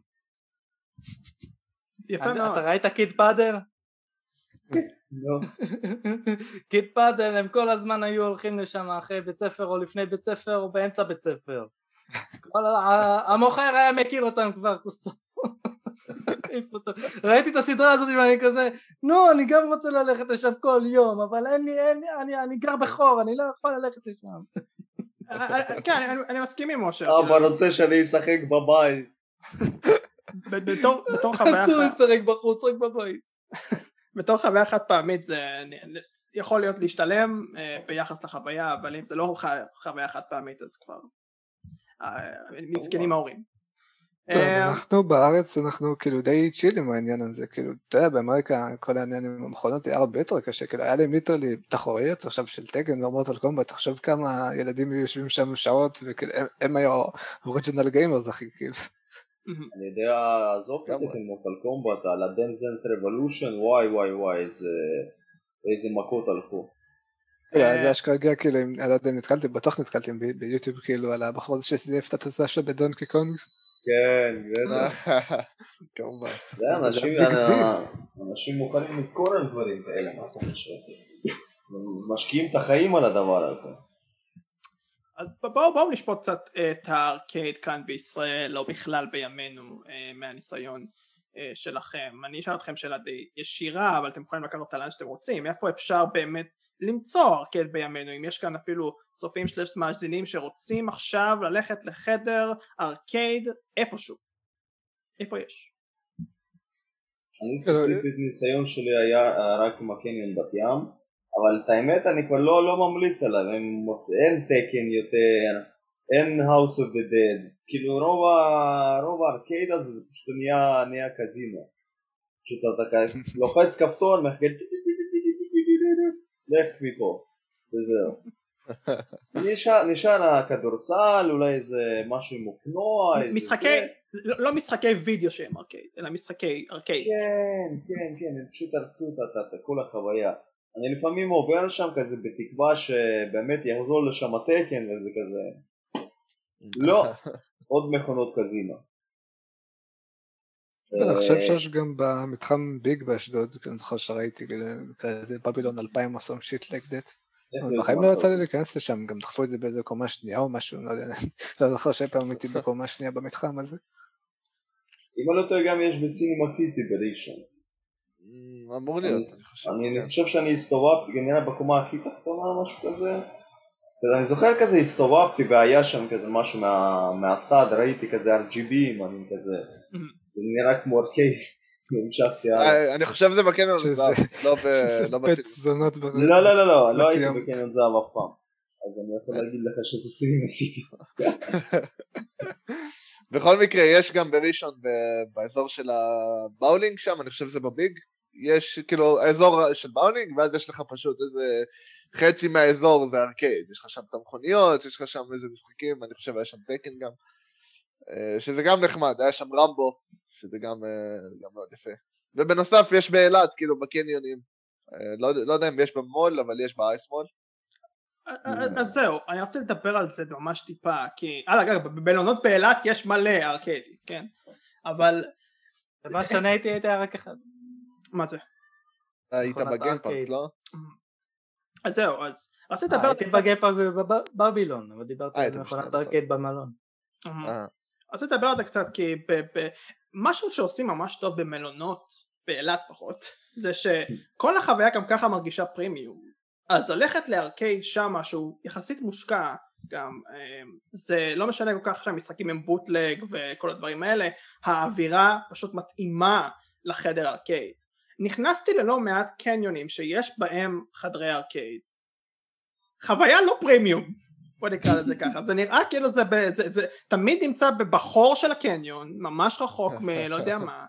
יפה מאוד. אתה ראית קיד פאדל? לא. קיד פאדל הם כל הזמן היו הולכים לשם אחרי בית ספר או לפני בית ספר או באמצע בית ספר. המוכר היה מכיר אותם כבר כוסו. ראיתי את הסדרה הזאת ואני כזה, נו אני גם רוצה ללכת לשם כל יום, אבל אני גר בחור, אני לא יכול ללכת לשם. כן, אני מסכים עם משה. אבא רוצה שאני אשחק בבית. בתור חוויה אסור לשחק בחוץ, רק בבית. בתור חוויה חד פעמית זה יכול להיות להשתלם ביחס לחוויה, אבל אם זה לא חוויה חד פעמית אז כבר מסכנים ההורים. אנחנו בארץ אנחנו כאילו די צ'יל עם העניין הזה, כאילו אתה יודע באמריקה כל העניין עם המכונות היה הרבה יותר קשה, כאילו היה להם ליטרלי תחרויות עכשיו של טגן ומורטל קומבט, תחשוב כמה ילדים יושבים שם שעות וכאילו הם היו אוריג'ינל גיימרס הכי כאילו. אני יודע, עזוב את מורטל קומבט, על הדנזנס רבולושן, וואי איזה מכות הלכו. זה אשכרה הגיע כאילו, אני לא יודע אם נתקלתי, בטוח נתקלתי ביוטיוב כאילו על הבחור הזה שזייף את התוצאה שלו בדונקי קונג. כן, בטח. כמובן. אנשים מוכנים לקרוא על דברים כאלה, משקיעים את החיים על הדבר הזה. אז בואו נשפוט קצת את הארקייד כאן בישראל, או בכלל בימינו, מהניסיון שלכם. אני אשאל אתכם שאלה די ישירה, אבל אתם יכולים לקחת אותה לאן שאתם רוצים. איפה אפשר באמת למצוא ארקייד בימינו? אם יש כאן אפילו צופים שלושת מאזינים שרוצים עכשיו ללכת לחדר ארקייד איפשהו, איפה יש? אני ספציפית ניסיון שלי היה רק עם הקניון בת ים, אבל את האמת אני כבר לא ממליץ עליו, אין טקן יותר, אין House of the Dead, כאילו רוב הארקייד הזה זה פשוט נהיה קזינו. פשוט אתה לוחץ כפתור, מחכה, לך מפה, וזהו. נשאר הכדורסל, אולי איזה משהו עם אופנוע, לא משחקי וידאו שהם ארקייד, אלא משחקי ארקייד. כן, הם פשוט הרסו את כל החוויה. אני לפעמים עובר שם כזה בתקווה שבאמת יחזור לשם התקן וזה כזה. לא, עוד מכונות קזינו. אני חושב שיש גם במתחם ביג באשדוד, אני זוכר שראיתי כזה בבילון 2000 או some shit like that. בחיים לא יצא לי להיכנס לשם, גם דחפו את זה באיזה קומה שנייה או משהו, לא יודע, לא זוכר שפעם הייתי בקומה שנייה במתחם הזה. אם אני לא טועה גם יש בסינימה סיטי בראשון. אמור להיות. אני חושב שאני הסתובבתי, כנראה בקומה הכי תחתונה או משהו כזה. אני זוכר כזה הסתובבתי והיה שם כזה משהו מהצד, ראיתי כזה RGB, אני כזה, זה נראה כמו ארקייד. אני חושב זה בקניון זהב, לא בסינימה. לא הייתי בקניון זהב אף פעם, אז אני יכול להגיד לך שזה סינימה סיטי. בכל מקרה יש גם בראשון באזור של הבאולינג שם, אני חושב זה בביג, יש כאילו האזור של באולינג ואז יש לך פשוט איזה חצי מהאזור זה ארקייד, יש לך שם את המכוניות, יש לך שם איזה משחקים, אני חושב היה שם תקן גם, שזה גם נחמד, היה שם רמבו, שזה גם מאוד יפה. ובנוסף יש באילת, כאילו בקניונים, לא יודע אם יש במול, אבל יש באייס מול. אז זהו, אני רוצה לדבר על זה ממש טיפה, כי, אגב, במלונות באילת יש מלא ארקיידים, כן? אבל... מה שאני הייתי רק אחד. מה זה? היית בגיימפארק, לא? אז זהו, אז... רציתי לדבר... הייתי בגיימפארק בבילון, אבל דיברתי על מכונת ארקייד במלון. רציתי לדבר על זה קצת, כי משהו שעושים ממש טוב במלונות, באילת לפחות, זה שכל החוויה גם ככה מרגישה פרימיום. אז ללכת לארקייד שמה שהוא יחסית מושקע, גם זה לא משנה כל כך שהמשחקים הם בוטלג וכל הדברים האלה, האווירה פשוט מתאימה לחדר ארקייד. נכנסתי ללא מעט קניונים שיש בהם חדרי ארקייד. חוויה לא פרימיום, בוא נקרא לזה ככה, זה נראה כאילו זה תמיד נמצא בחור של הקניון, ממש רחוק מלא יודע מה,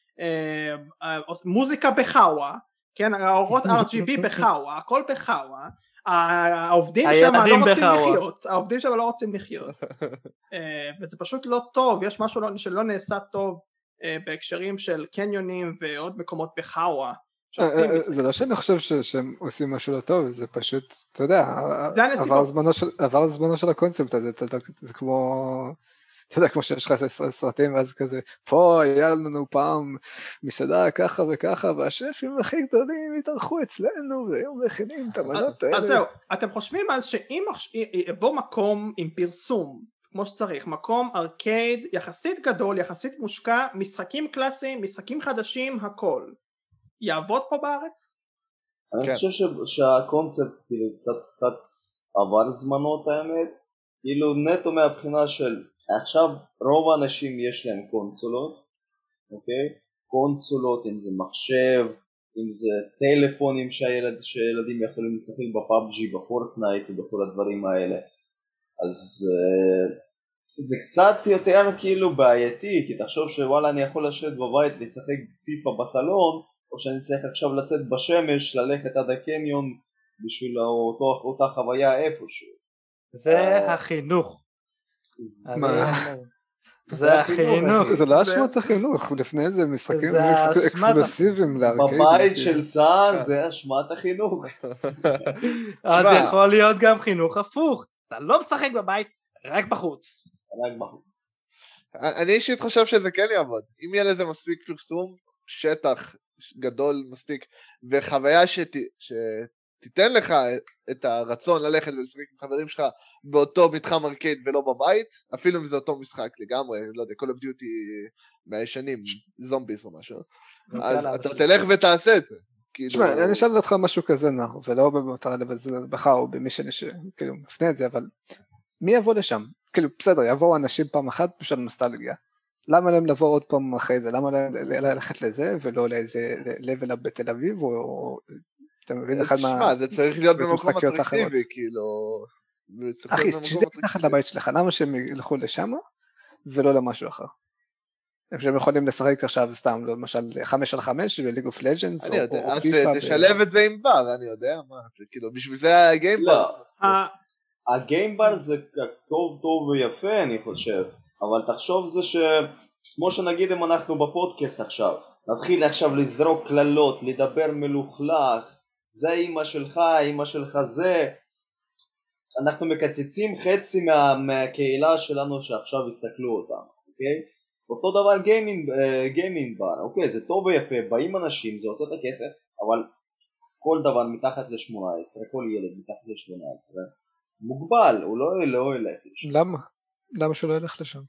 מוזיקה בחאווה, כן, האורות RGB בחאווה, הכל בחאווה, העובדים שם לא רוצים לחיות, וזה פשוט לא טוב, יש משהו שלא נעשה טוב בהקשרים של קניונים ועוד מקומות בחאווה. זה לא שאני חושב שהם עושים משהו לא טוב, זה פשוט, אתה יודע, עבר זמנו של הקונספט הזה, זה כמו, אתה יודע, כמו שיש לך סרטים ואז כזה, פה היה לנו פעם מסעדה ככה וככה, והשפים הכי גדולים התארחו אצלנו, והיום מכינים את המנות האלה. אז זהו, אתם חושבים אז שאם יבוא מקום עם פרסום, כמו שצריך, מקום ארקייד יחסית גדול, יחסית מושקע, משחקים קלאסיים, משחקים חדשים, הכל. יעבוד פה בארץ? אני חושב שהקונספט כאילו קצת עבר זמנות האמת, כאילו נטו מהבחינה של עכשיו רוב האנשים יש להם קונסולות, אוקיי? קונסולות, אם זה מחשב, אם זה טלפונים שילדים יכולים לשחק בפאבג'י, בפורטנייט ובכל הדברים האלה, אז זה קצת יותר כאילו בעייתי, כי תחשוב שוואלה אני יכול לשבת בבית לשחק פיפה בסלון, או שאני צריך עכשיו לצאת בשמש, ללכת עד הקניון בשביל אותה חוויה איפשהו. זה החינוך. זה החינוך. זה לא אשמת החינוך, לפני זה משחקים אקסקלוסיביים לארקיידים. בבית של צה"ל זה אשמת החינוך. אז יכול להיות גם חינוך הפוך, אתה לא משחק בבית, רק בחוץ. רק בחוץ. אני אישית חושב שזה כן יעבוד, אם יהיה לזה מספיק פרסום, שטח גדול מספיק, וחוויה שתיתן לך את הרצון ללכת ולשחק עם חברים שלך באותו מתחם ארקייד ולא בבית, אפילו אם זה אותו משחק לגמרי, לא יודע, Call of Duty מהישנים, זומביס או משהו, אז אתה תלך ותעשה את זה. תשמע, אני אשאל אותך משהו כזה נחו, ולא במטרה לבזל בך או במי שכאילו מפנה את זה, אבל מי יבוא לשם? כאילו בסדר, יבואו אנשים פעם אחת בשביל נוסטלגיה, למה להם לבוא עוד פעם אחרי זה? למה ללכת לזה ולא לאיזה לבל אפ בתל אביב? אתה מבין אחד מה... תשמע, זה צריך להיות במקום אטרקטיבי, כאילו... אחי, שזה מתחת לבית שלך, למה שהם ילכו לשם ולא למשהו אחר? שהם יכולים לשחק עכשיו סתם, למשל 5-5 בליג אוף לג'נדס אני יודע, או אז פיפא. תשלב את זה עם בר, אני יודע, מה, כאילו, בשביל זה הגיימבר. הגיימבר זה טוב ויפה אני חושב, אבל תחשוב זה כמו שנגיד אם אנחנו בפודקאסט עכשיו, נתחיל עכשיו לזרוק כללות, לדבר מלוכלך, זה אמא שלך זה, אנחנו מקצצים חצי מהקהילה שלנו שעכשיו יסתכלו אותם, אוקיי? אותו דבר גיימינג בר, אוקיי, זה טוב ויפה, באים אנשים, זה עושה את הכסף, אבל כל דבר מתחת ל-18, כל ילד מתחת ל-18, מוגבל, הוא לא ילך לשם. למה? למה שהוא לא ילך לשם?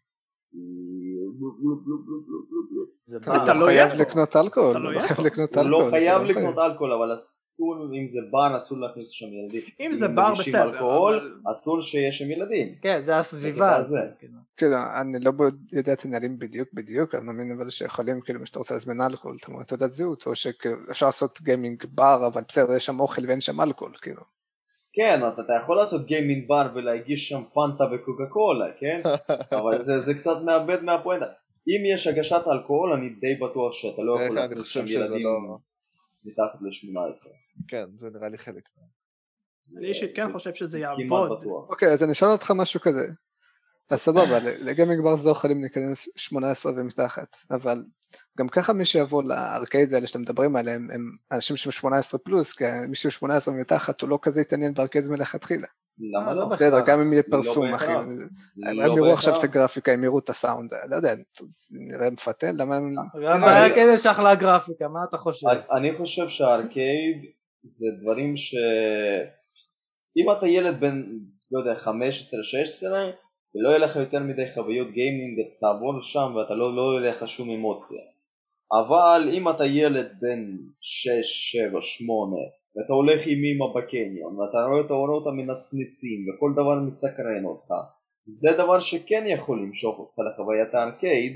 אתה לא חייב לקנות אלכוהול. הוא לא חייב לקנות אלכוהול, אבל אסור, אם זה בר, אסור להכניס שם ילדים. אם זה בר בסדר, אסור שיש שם ילדים. כן, זה הסביבה. כאילו, אני לא יודע את הנהלים בדיוק, אני מאמין אבל שיכולים, כאילו, שאתה רוצה להזמין אלכוהול, זאת אומרת, תעודת זהות, או שאפשר לעשות גיימינג בר, אבל בסדר, יש שם אוכל ואין שם אלכוהול, כאילו. כן, אתה יכול לעשות גיימינג בר ולהגיש שם פנטה וקוקה קולה, כן? אבל זה קצת מאבד מהפואנטה. אם יש הגשת אלכוהול, אני די בטוח שאתה לא יכול להכניס שם ילדים מתחת ל-18. כן, זה נראה לי חלק. אני אישית כן חושב שזה יעבוד. אוקיי, אז אני אשאל אותך משהו כזה. אז סבבה, לגיימינג בר זה לא יכולים להיכנס 18 ומתחת, אבל גם ככה מי שיבוא לארקייד האלה שאתם מדברים עליהם, הם אנשים שהם 18 פלוס, כי מי שהוא 18 ומתחת הוא לא כזה התעניין בארקייד מלכתחילה. למה לא? בסדר, גם אם יהיה פרסום, אחי. הם יראו עכשיו את הגרפיקה, הם יראו את הסאונד, לא יודע, נראה מפתן, למה הם... גם בארקייד יש אחלה גרפיקה, מה אתה חושב? אני חושב שהארקייד זה דברים ש... אם אתה ילד בין, לא יודע, 15-16, ולא יהיה לך יותר מדי חוויות גיימינג, תעבור שם ואתה לא יהיה לך שום אמוציה. אבל אם אתה ילד בין 6, 7, 8, ואתה הולך עם אמא בקניון, ואתה רואה את האורות המנצנצים, וכל דבר מסקרן אותך, זה דבר שכן יכול למשוך אותך לחוויית הארקייד,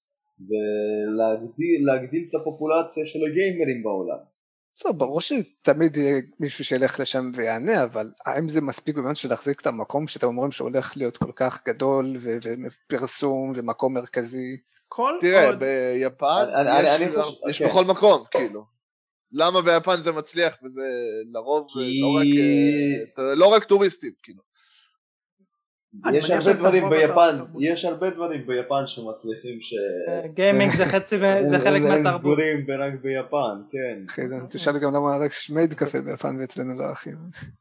ולהגדיל את הפופולציה של הגיימרים בעולם. בסדר, ברור שתמיד יהיה מישהו שילך לשם ויענה, אבל האם זה מספיק באמת של להחזיק את המקום שאתם אומרים שהולך להיות כל כך גדול ופרסום ומקום מרכזי? תראה, ביפן יש בכל מקום, כאילו. למה ביפן זה מצליח וזה לרוב לא רק טוריסטים, כאילו. יש הרבה דברים ביפן שמצליחים גיימינג זה חלק מהתרבות. הם סגורים רק ביפן, כן. תשאל גם למה רק שמייד קפה ביפן ואצלנו לא אחים.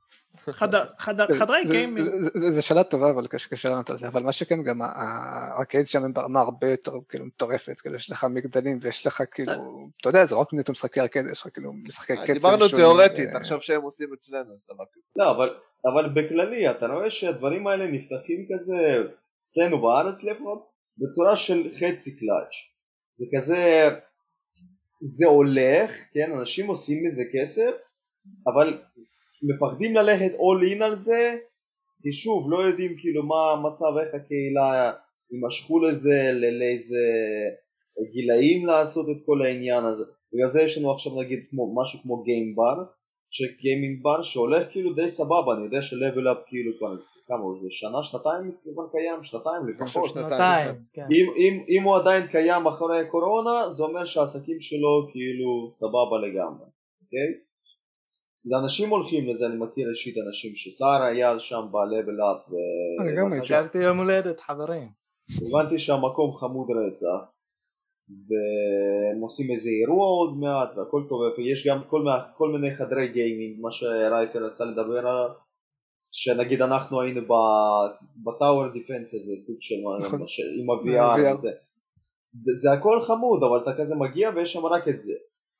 חדרי גיימינג. זה שאלה טובה אבל קשה לענות על זה, אבל מה שכן גם הארקייד שם הם ברמה הרבה יותר כאילו מטורפת, כאילו יש לך מגדלים ויש לך כאילו, אתה יודע זה רק נטו משחקי ארקייד, יש לך כאילו משחקי קצב. דיברנו תיאורטית, עכשיו שהם עושים אצלנו. לא, אבל בכללי אתה רואה שהדברים האלה נפתחים כזה אצלנו בארץ לפחות בצורה של חצי קלאץ'. זה כזה, זה הולך, כן, אנשים עושים מזה כסף, אבל מפחדים ללכת all in על זה, כי שוב לא יודעים כאילו מה המצב, איך הקהילה ימשכו לזה, לאיזה גילאים לעשות את כל העניין הזה. בגלל זה יש לנו עכשיו נגיד משהו כמו גיים בר, שגיימינג בר שהולך כאילו די סבבה, אני יודע שלבל אפ כאילו כמה זה שנה, שנתיים כבר קיים, שנתיים לפחות. שנתיים, כן. אם הוא עדיין קיים אחרי הקורונה, זה אומר שהעסקים שלו כאילו סבבה לגמרי, אוקיי? זה אנשים הולכים לזה, אני מכיר אישית אנשים שסער היה שם בלבל אפ. אני גם הייתי. חגגתי יום הולדת חברים. הבנתי שהמקום חמוד רצח. והם עושים איזה אירוע עוד מעט והכל טוב, ויש גם כל מיני חדרי גיימינג, מה שרייפר רצה לדבר עליו, שנגיד אנחנו היינו בטאוור דיפנס הזה, סוג של עם ה-VR, זה הכל חמוד, אבל אתה כזה מגיע ויש שם רק את זה,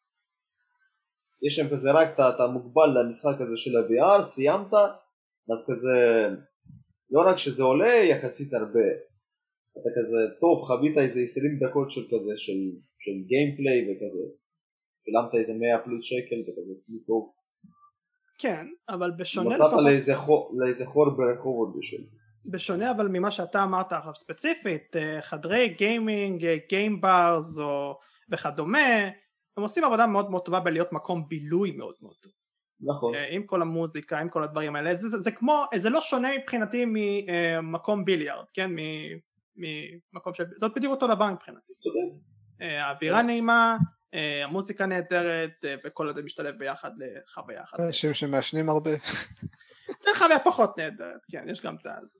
יש שם כזה רק אתה מוגבל למשחק הזה של ה-VR, סיימת, אז כזה לא רק שזה עולה יחסית הרבה, אתה כזה, טוב, חווית איזה 20 דקות של כזה, של גיימפליי וכזה, שילמת איזה 100 פלוס שקל וכזה, טוב. כן, אבל בשונה מסעת לאיזה חור ברחובות בשביל זה. בשונה אבל ממה שאתה אמרת עכשיו ספציפית, חדרי גיימינג, גיים ברס וכדומה, הם עושים עבודה מאוד מאוד טובה בלהיות מקום בילוי מאוד מאוד טוב. נכון. עם כל המוזיקה, עם כל הדברים האלה, זה כמו, זה לא שונה מבחינתי ממקום ביליארד, כן, ממקום זאת בדיוק אותו דבר מבחינתי. האווירה נעימה, המוזיקה נהדרת, וכל זה משתלב ביחד לחוויה אחת. אנשים שמעשנים הרבה. זה חוויה פחות נהדרת, כן, יש גם את זה.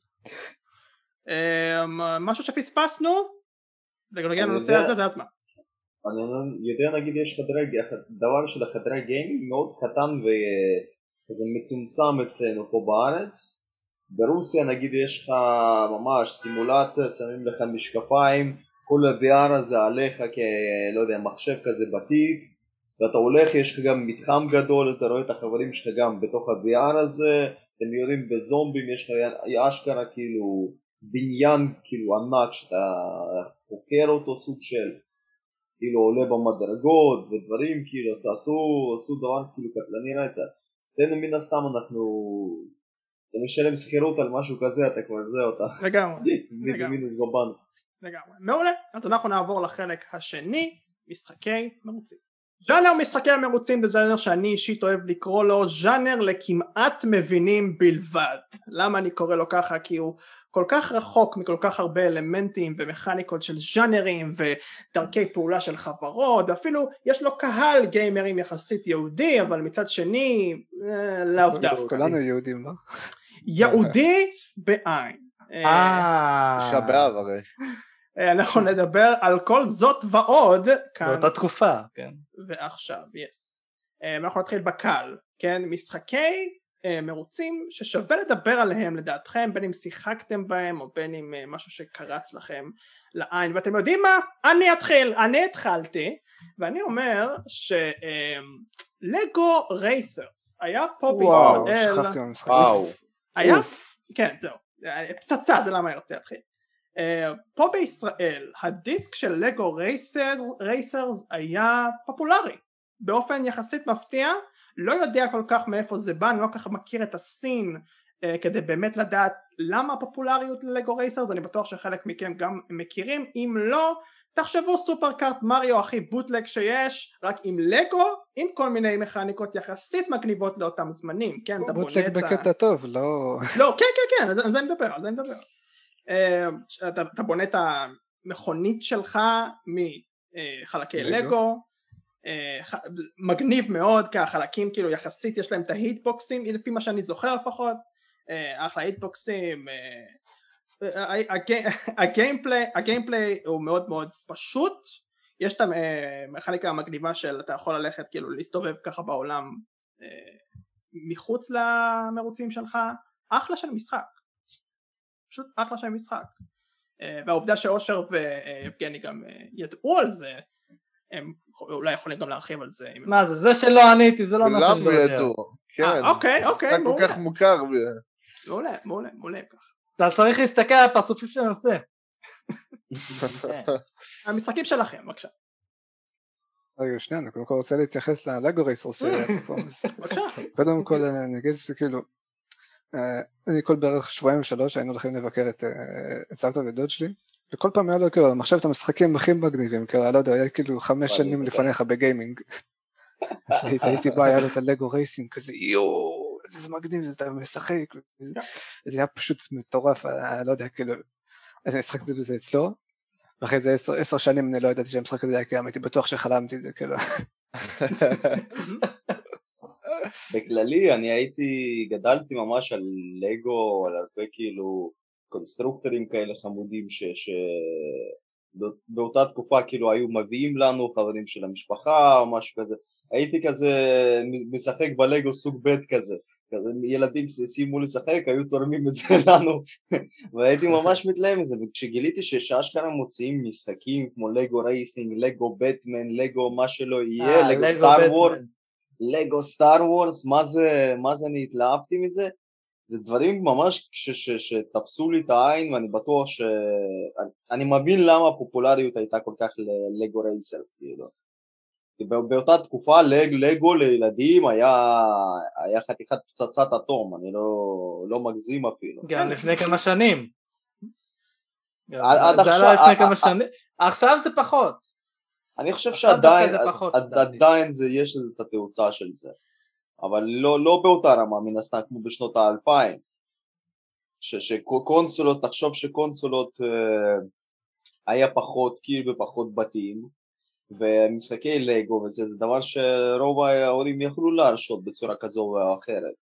משהו שפספסנו, לגבי הנושא הזה, זה הזמן. אני יודע, נגיד, יש דבר של החדרי גיימינג מאוד קטן וזה מצומצם אצלנו פה בארץ. ברוסיה נגיד יש לך ממש סימולציה, שמים לך משקפיים, כל ה-VR הזה עליך כלא יודע, מחשב כזה בתיק, ואתה הולך, יש לך גם מתחם גדול, אתה רואה את החברים שלך גם בתוך ה-VR הזה, אתם יודעים בזומבים, יש לך אשכרה כאילו בניין כאילו ענק שאתה חוקר אותו, סוג של כאילו עולה במדרגות ודברים, כאילו עשו דבר כאילו קטלני רצח. אצלנו מן הסתם אנחנו, אתה משלם שכירות על משהו כזה, אתה כבר זה אותה. לגמרי. מינוס בבנק. לגמרי. מעולה. אז אנחנו נעבור לחלק השני, משחקי מרוצים. ז'אנר משחקי המרוצים זה ז'אנר שאני אישית אוהב לקרוא לו ז'אנר לכמעט מבינים בלבד. למה אני קורא לו ככה? כי הוא כל כך רחוק מכל כך הרבה אלמנטים ומכניקות של ז'אנרים ודרכי פעולה של חברות, ואפילו יש לו קהל גיימרים יחסית יהודי, אבל מצד שני לאו דווקא. כולנו יהודים, לא? יהודי בעין. שבאב הרי. אנחנו נדבר על כל זאת ועוד כאן. באותה תקופה, כן. ועכשיו, יס. אנחנו נתחיל בקל, כן? משחקי מרוצים ששווה לדבר עליהם לדעתכם, בין אם שיחקתם בהם או בין אם משהו שקרץ לכם לעין. ואתם יודעים מה? אני התחלתי, ואני אומר שלגו רייסרס היה פה בישראל. וואו, שכחתי מהמשחק. היה? כן, זהו. פצצה, זה למה אני רוצה להתחיל. פה בישראל הדיסק של לגו רייסרס היה פופולרי באופן יחסית מפתיע, לא יודע כל כך מאיפה זה בא, אני לא כל כך מכיר את הסין כדי באמת לדעת למה הפופולריות ללגו רייסרס, אני בטוח שחלק מכם גם מכירים, אם לא תחשבו סופר קארט מריו הכי בוטלג שיש, רק עם לגו, עם כל מיני מכניקות יחסית מגניבות לאותם זמנים, כן? בוטלג בקטע טוב, לא... לא, כן, על זה אני מדבר. אתה בונה את המכונית שלך מחלקי לגו, מגניב מאוד, כי החלקים כאילו יחסית יש להם את ההיטבוקסים, לפי מה שאני זוכר לפחות, אחלה היטבוקסים, הגיימפליי הוא מאוד מאוד פשוט, יש את המכניקה המגניבה של אתה יכול ללכת כאילו להסתובב ככה בעולם מחוץ למרוצים שלך, אחלה של משחק. פשוט אחלה של משחק, והעובדה שאושר ויבגני גם ידעו על זה, הם אולי יכולים גם להרחיב על זה. מה זה? זה שלא עניתי, זה לא מה שאני לא יודע. כן, אוקיי, זה כל כך מוכר. מעולה כך. אתה צריך להסתכל על הפרצופים של הנושא. המשחקים שלכם, בבקשה. רגע, שנייה, אני קודם כל רוצה להתייחס ללגו רייסרס. בבקשה. קודם כל אני אגיד שזה כאילו, אני כל בערך 2-3 היינו הולכים לבקר את סבתא ודוד שלי, וכל פעם היה לו כאילו מחשב את המשחקים הכי מגניבים, כאילו אני לא יודע, היה כאילו 5 שנים לפניך בגיימינג, אז הייתי בא, היה לו את הלגו רייסינג כזה, יואו, זה מגניב, אתה משחק, זה היה פשוט מטורף, אני לא יודע, כאילו, אז אני שחקתי בזה אצלו, ואחרי זה 10 שנים אני לא ידעתי שהמשחק הזה היה קיים, הייתי בטוח שחלמתי את זה, כאילו. בכללי אני גדלתי ממש על לגו, על הרבה כאילו קונסטרוקטורים כאלה חמודים שבאותה תקופה כאילו היו מביאים לנו חברים של המשפחה או משהו כזה, הייתי כזה משחק בלגו סוג ב' כזה, ילדים סיימו לשחק היו תורמים את זה לנו והייתי ממש מתלהם מזה, וכשגיליתי שאשכרה מוציאים משחקים כמו לגו רייסינג, לגו בטמן, לגו מה שלא יהיה, לגו סטאר וורס, לגו סטאר וורס, מה זה אני התלהבתי מזה, זה דברים ממש שתפסו לי את העין, ואני בטוח שאני מבין למה הפופולריות הייתה כל כך ללגו רייסרס, כאילו. באותה תקופה לגו לילדים היה חתיכת פצצת אטום, אני לא מגזים אפילו. גם לפני כמה שנים. עד עכשיו זה פחות. אני חושב שעדיין יש לזה את התאוצה של זה, אבל לא באותה רמה מן הסתם כמו בשנות ה-2000. שקונסולות, תחשוב שקונסולות היה פחות קיר ופחות בתים, ומשחקי לגו וזה, זה דבר שרוב ההורים יכלו להרשות בצורה כזו או אחרת.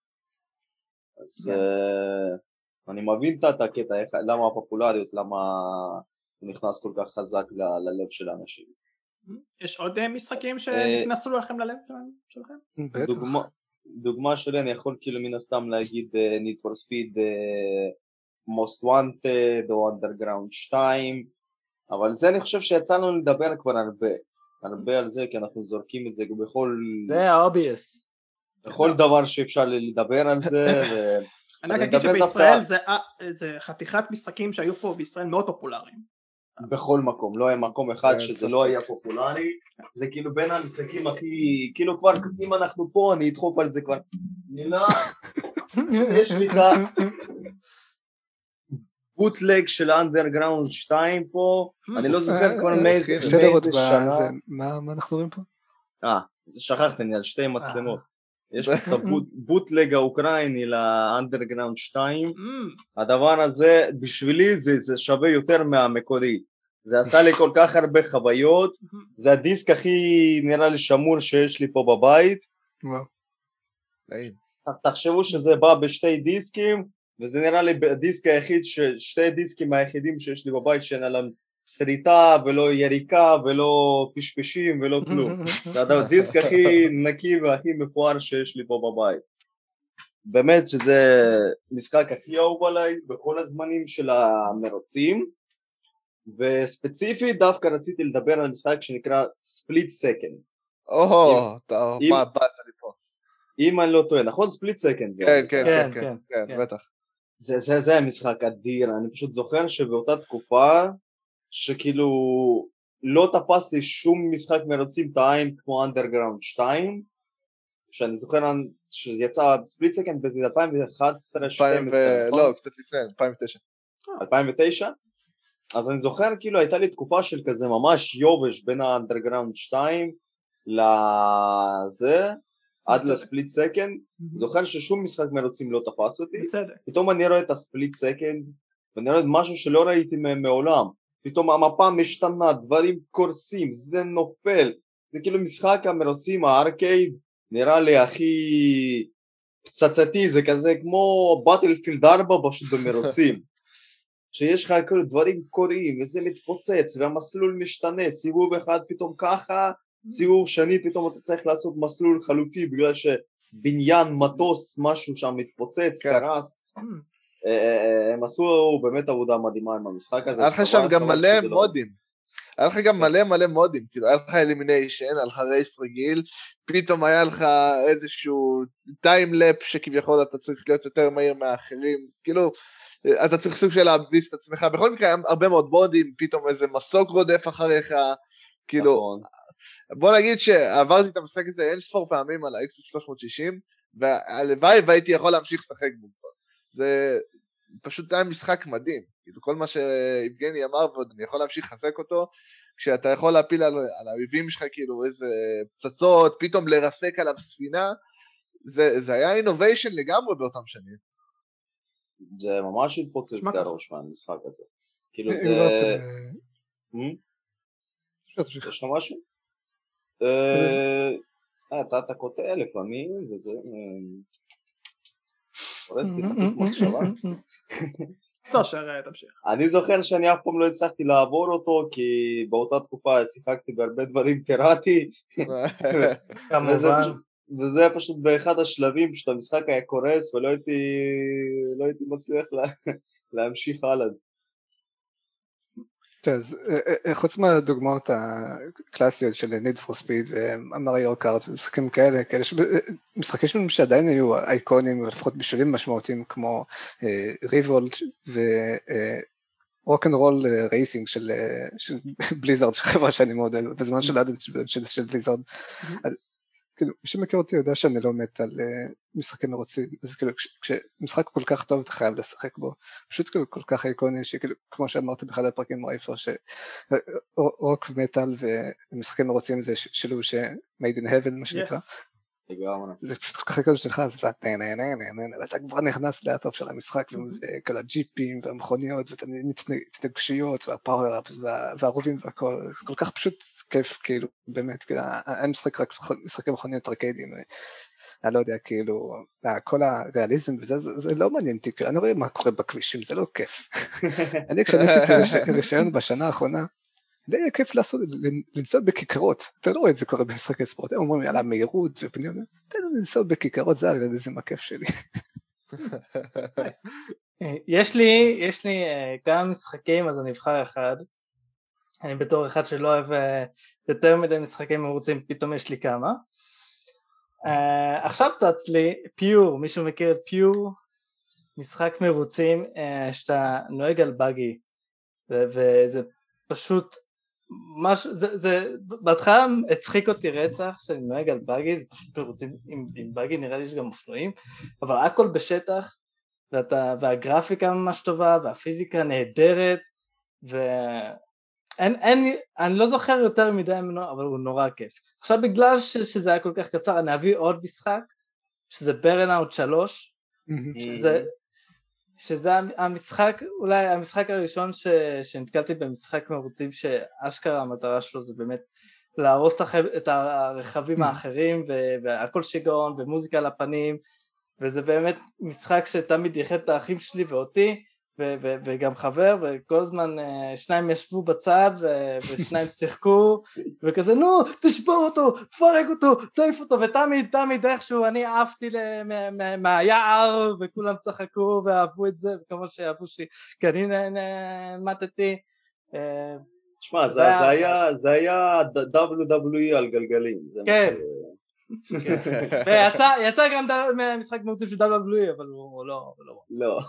אז אני מבין את הקטע, למה הפופולריות, למה הוא נכנס כל כך חזק ללב של האנשים. יש עוד משחקים שנכנסו לכם ללב שלכם? בטח. דוגמה שלי אני יכול כאילו מן הסתם להגיד Need for Speed, Most Wanted או Underground 2, אבל זה אני חושב שיצא לנו לדבר כבר הרבה על זה, כי אנחנו זורקים את זה בכל... זה ה-obvious. בכל דבר שאפשר לדבר על זה. אני רק אגיד שבישראל זה חתיכת משחקים שהיו פה בישראל מאוד פופולריים. בכל מקום, לא היה מקום אחד שזה לא היה פופולרי, זה כאילו בין המשחקים הכי, כאילו כבר אם אנחנו פה אני אדחוף על זה כבר, נילה, יש לי את הבוטלג של אנדרגראונד 2 פה, אני לא זוכר כבר מאיזה שנה. מה אנחנו רואים פה? שכחתי על שתי מצלמות, יש לי את הבוטלג האוקראיני לאנדרגראונד 2, הדבר הזה בשבילי זה שווה יותר מהמקורי, זה עשה לי כל כך הרבה חוויות, זה הדיסק הכי נראה לי שמור שיש לי פה בבית, תחשבו שזה בא בשתי דיסקים, וזה נראה לי הדיסק היחיד, שתי הדיסקים היחידים שיש לי בבית שאין עליהם סריטה ולא יריקה ולא פשפשים ולא כלום, זה הדיסק הכי נקי והכי מפואר שיש לי פה בבית, באמת שזה משחק הכי אהוב עליי בכל הזמנים של המרוצים, וספציפית דווקא רציתי לדבר על משחק שנקרא ספליט סקנד. מה באת לי פה? אם אני לא טועה, נכון? ספליט סקנד זה? כן, בטח. זה המשחק אדיר, אני פשוט זוכר שבאותה תקופה שכאילו לא תפס לי שום משחק מרוצים את העין כמו אנדרגראונד 2, שאני זוכר שיצא ספליט סקנד בזה 2011, 2012, לא, קצת לפני, 2009. 2009? אז אני זוכר כאילו הייתה לי תקופה של כזה ממש יובש בין האנדרגראונד 2 לזה, עד לספליט סקנד, זוכר ששום משחק מרוצים לא תפס אותי, פתאום אני רואה את הספליט סקנד, ואני רואה משהו שלא ראיתי מעולם, פתאום המפה משתנה, דברים קורסים, זה נופל, זה כאילו משחק המרוצים, הארקייד, נראה לי הכי פצצתי, זה כזה כמו באטלפילד 4 פשוט במרוצים, שיש לך כאילו דברים קוראים, וזה מתפוצץ, והמסלול משתנה, סיבוב אחד פתאום ככה, סיבוב שני פתאום אתה צריך לעשות מסלול חלופי, בגלל שבניין מטוס משהו שם מתפוצץ, קרס, הם עשו באמת עבודה מדהימה עם המשחק הזה. היה לך שם גם מלא מודים, היה לך גם מלא מודים, כאילו היה לך אלימיניישן, היה לך רייס רגיל, פתאום היה לך איזשהו טיימלאפ שכביכול אתה צריך להיות יותר מהיר מהאחרים, כאילו אתה צריך סוג של להביס את עצמך, בכל מקרה היה הרבה מאוד מודים, פתאום איזה מסוק רודף אחריך, כאילו, בוא נגיד שעברתי את המשחק הזה אין ספור פעמים על ה-Xbox 360, והלוואי והייתי יכול להמשיך לשחק בו. זה פשוט היה משחק מדהים, כאילו כל מה שיבגני אמר, ועוד אני יכול להמשיך לחזק אותו, כשאתה יכול להפיל על האויבים שלך כאילו איזה פצצות, פתאום לרסק עליו ספינה, זה היה אינוביישן לגמרי באותם שנים. זה ממש התפוצץ את הראש מהמשחק הזה. כאילו זה... יש לך משהו? אתה קוטע לפעמים, וזה... הורסתי פתית מחשבה. תמשיך. אני זוכר שאני אף פעם לא הצלחתי לעבור אותו, כי באותה תקופה שיחקתי בהרבה דברים פיראטי. כמובן. וזה היה פשוט באחד השלבים שהמשחק היה קורס, ולא הייתי מצליח להמשיך הלאה. אז חוץ מהדוגמאות הקלאסיות של Need for Speed ומריו קארט ומשחקים כאלה, משחקים שעדיין היו אייקונים ולפחות בשלבים משמעותיים כמו ריבולט ורוק'נ'רול רייסינג של בליזארד, חברה שאני מאוד אוהב, בזמן של עד של בליזארד. כאילו, מי שמכיר אותי יודע שאני לא מת על משחקים מרוצים, אז כאילו, כשמשחק כל כך טוב אתה חייב לשחק בו, פשוט כאילו כל כך איקוני, שכאילו, כמו שאמרת באחד הפרקים רייפר, שרוק ומטל ומשחקים מרוצים זה שילוב ש-made in heaven, מה שנקרא. לגמרי. זה פשוט כל כך הכל שלך, אז ואתה כבר נכנס לאטוף של המשחק, וכל הג'יפים והמכוניות, וההתנגשויות, והפאוור-אפס, והרובים והכל, זה כל כך פשוט כיף, כאילו, באמת, אני משחק רק משחקי מכוניות ארקיידים, אני לא יודע, כאילו, כל הריאליזם וזה, זה לא מעניין אותי, אני רואה מה קורה בכבישים, זה לא כיף. אני כשאני עשיתי רישיון בשנה האחרונה, זה היה כיף לנסוע בכיכרות, אתה לא רואה את זה קורה במשחקי ספורט, הם אומרים יאללה מהירות ופניון, תן לנו לנסוע בכיכרות, זה הכיף שלי. יש לי כמה משחקים, אז אני אבחר אחד, אני בתור אחד שלא אוהב יותר מדי משחקים מרוצים, פתאום יש לי כמה. עכשיו צץ לי פיור, מישהו מכיר את פיור? משחק מרוצים שאתה נוהג על בגי, וזה פשוט משהו, זה בהתחלה הצחיק אותי רצח שאני נוהג על בגי, זה פשוט מרוצים עם בגי, נראה לי שגם אופנועים, אבל הכל בשטח, והגרפיקה ממש טובה, והפיזיקה נהדרת, אני לא זוכר יותר מדי ממנו, אבל הוא נורא כיף. עכשיו בגלל שזה היה כל כך קצר, אני אביא עוד משחק, שזה ברנאוט 3, שזה המשחק, אולי המשחק הראשון שנתקלתי במשחק מרוצים, שאשכרה המטרה שלו זה באמת להרוס את הרכבים האחרים, והכל שיגעון, ומוזיקה לפנים, וזה באמת משחק שתמיד ייחד את האחים שלי ואותי, וגם חבר, וכל הזמן שניים ישבו בצד, ושניים שיחקו, וכזה נו תשבור אותו, תפרק אותו, תעיף אותו, ותמיד איכשהו אני עפתי מהיער, וכולם צחקו ואהבו את זה, וכמו שאהבו כי אני נמתתי. שמע, זה היה WWE על גלגלים. כן. ויצא גם משחק מרוצים של WWE, אבל הוא לא.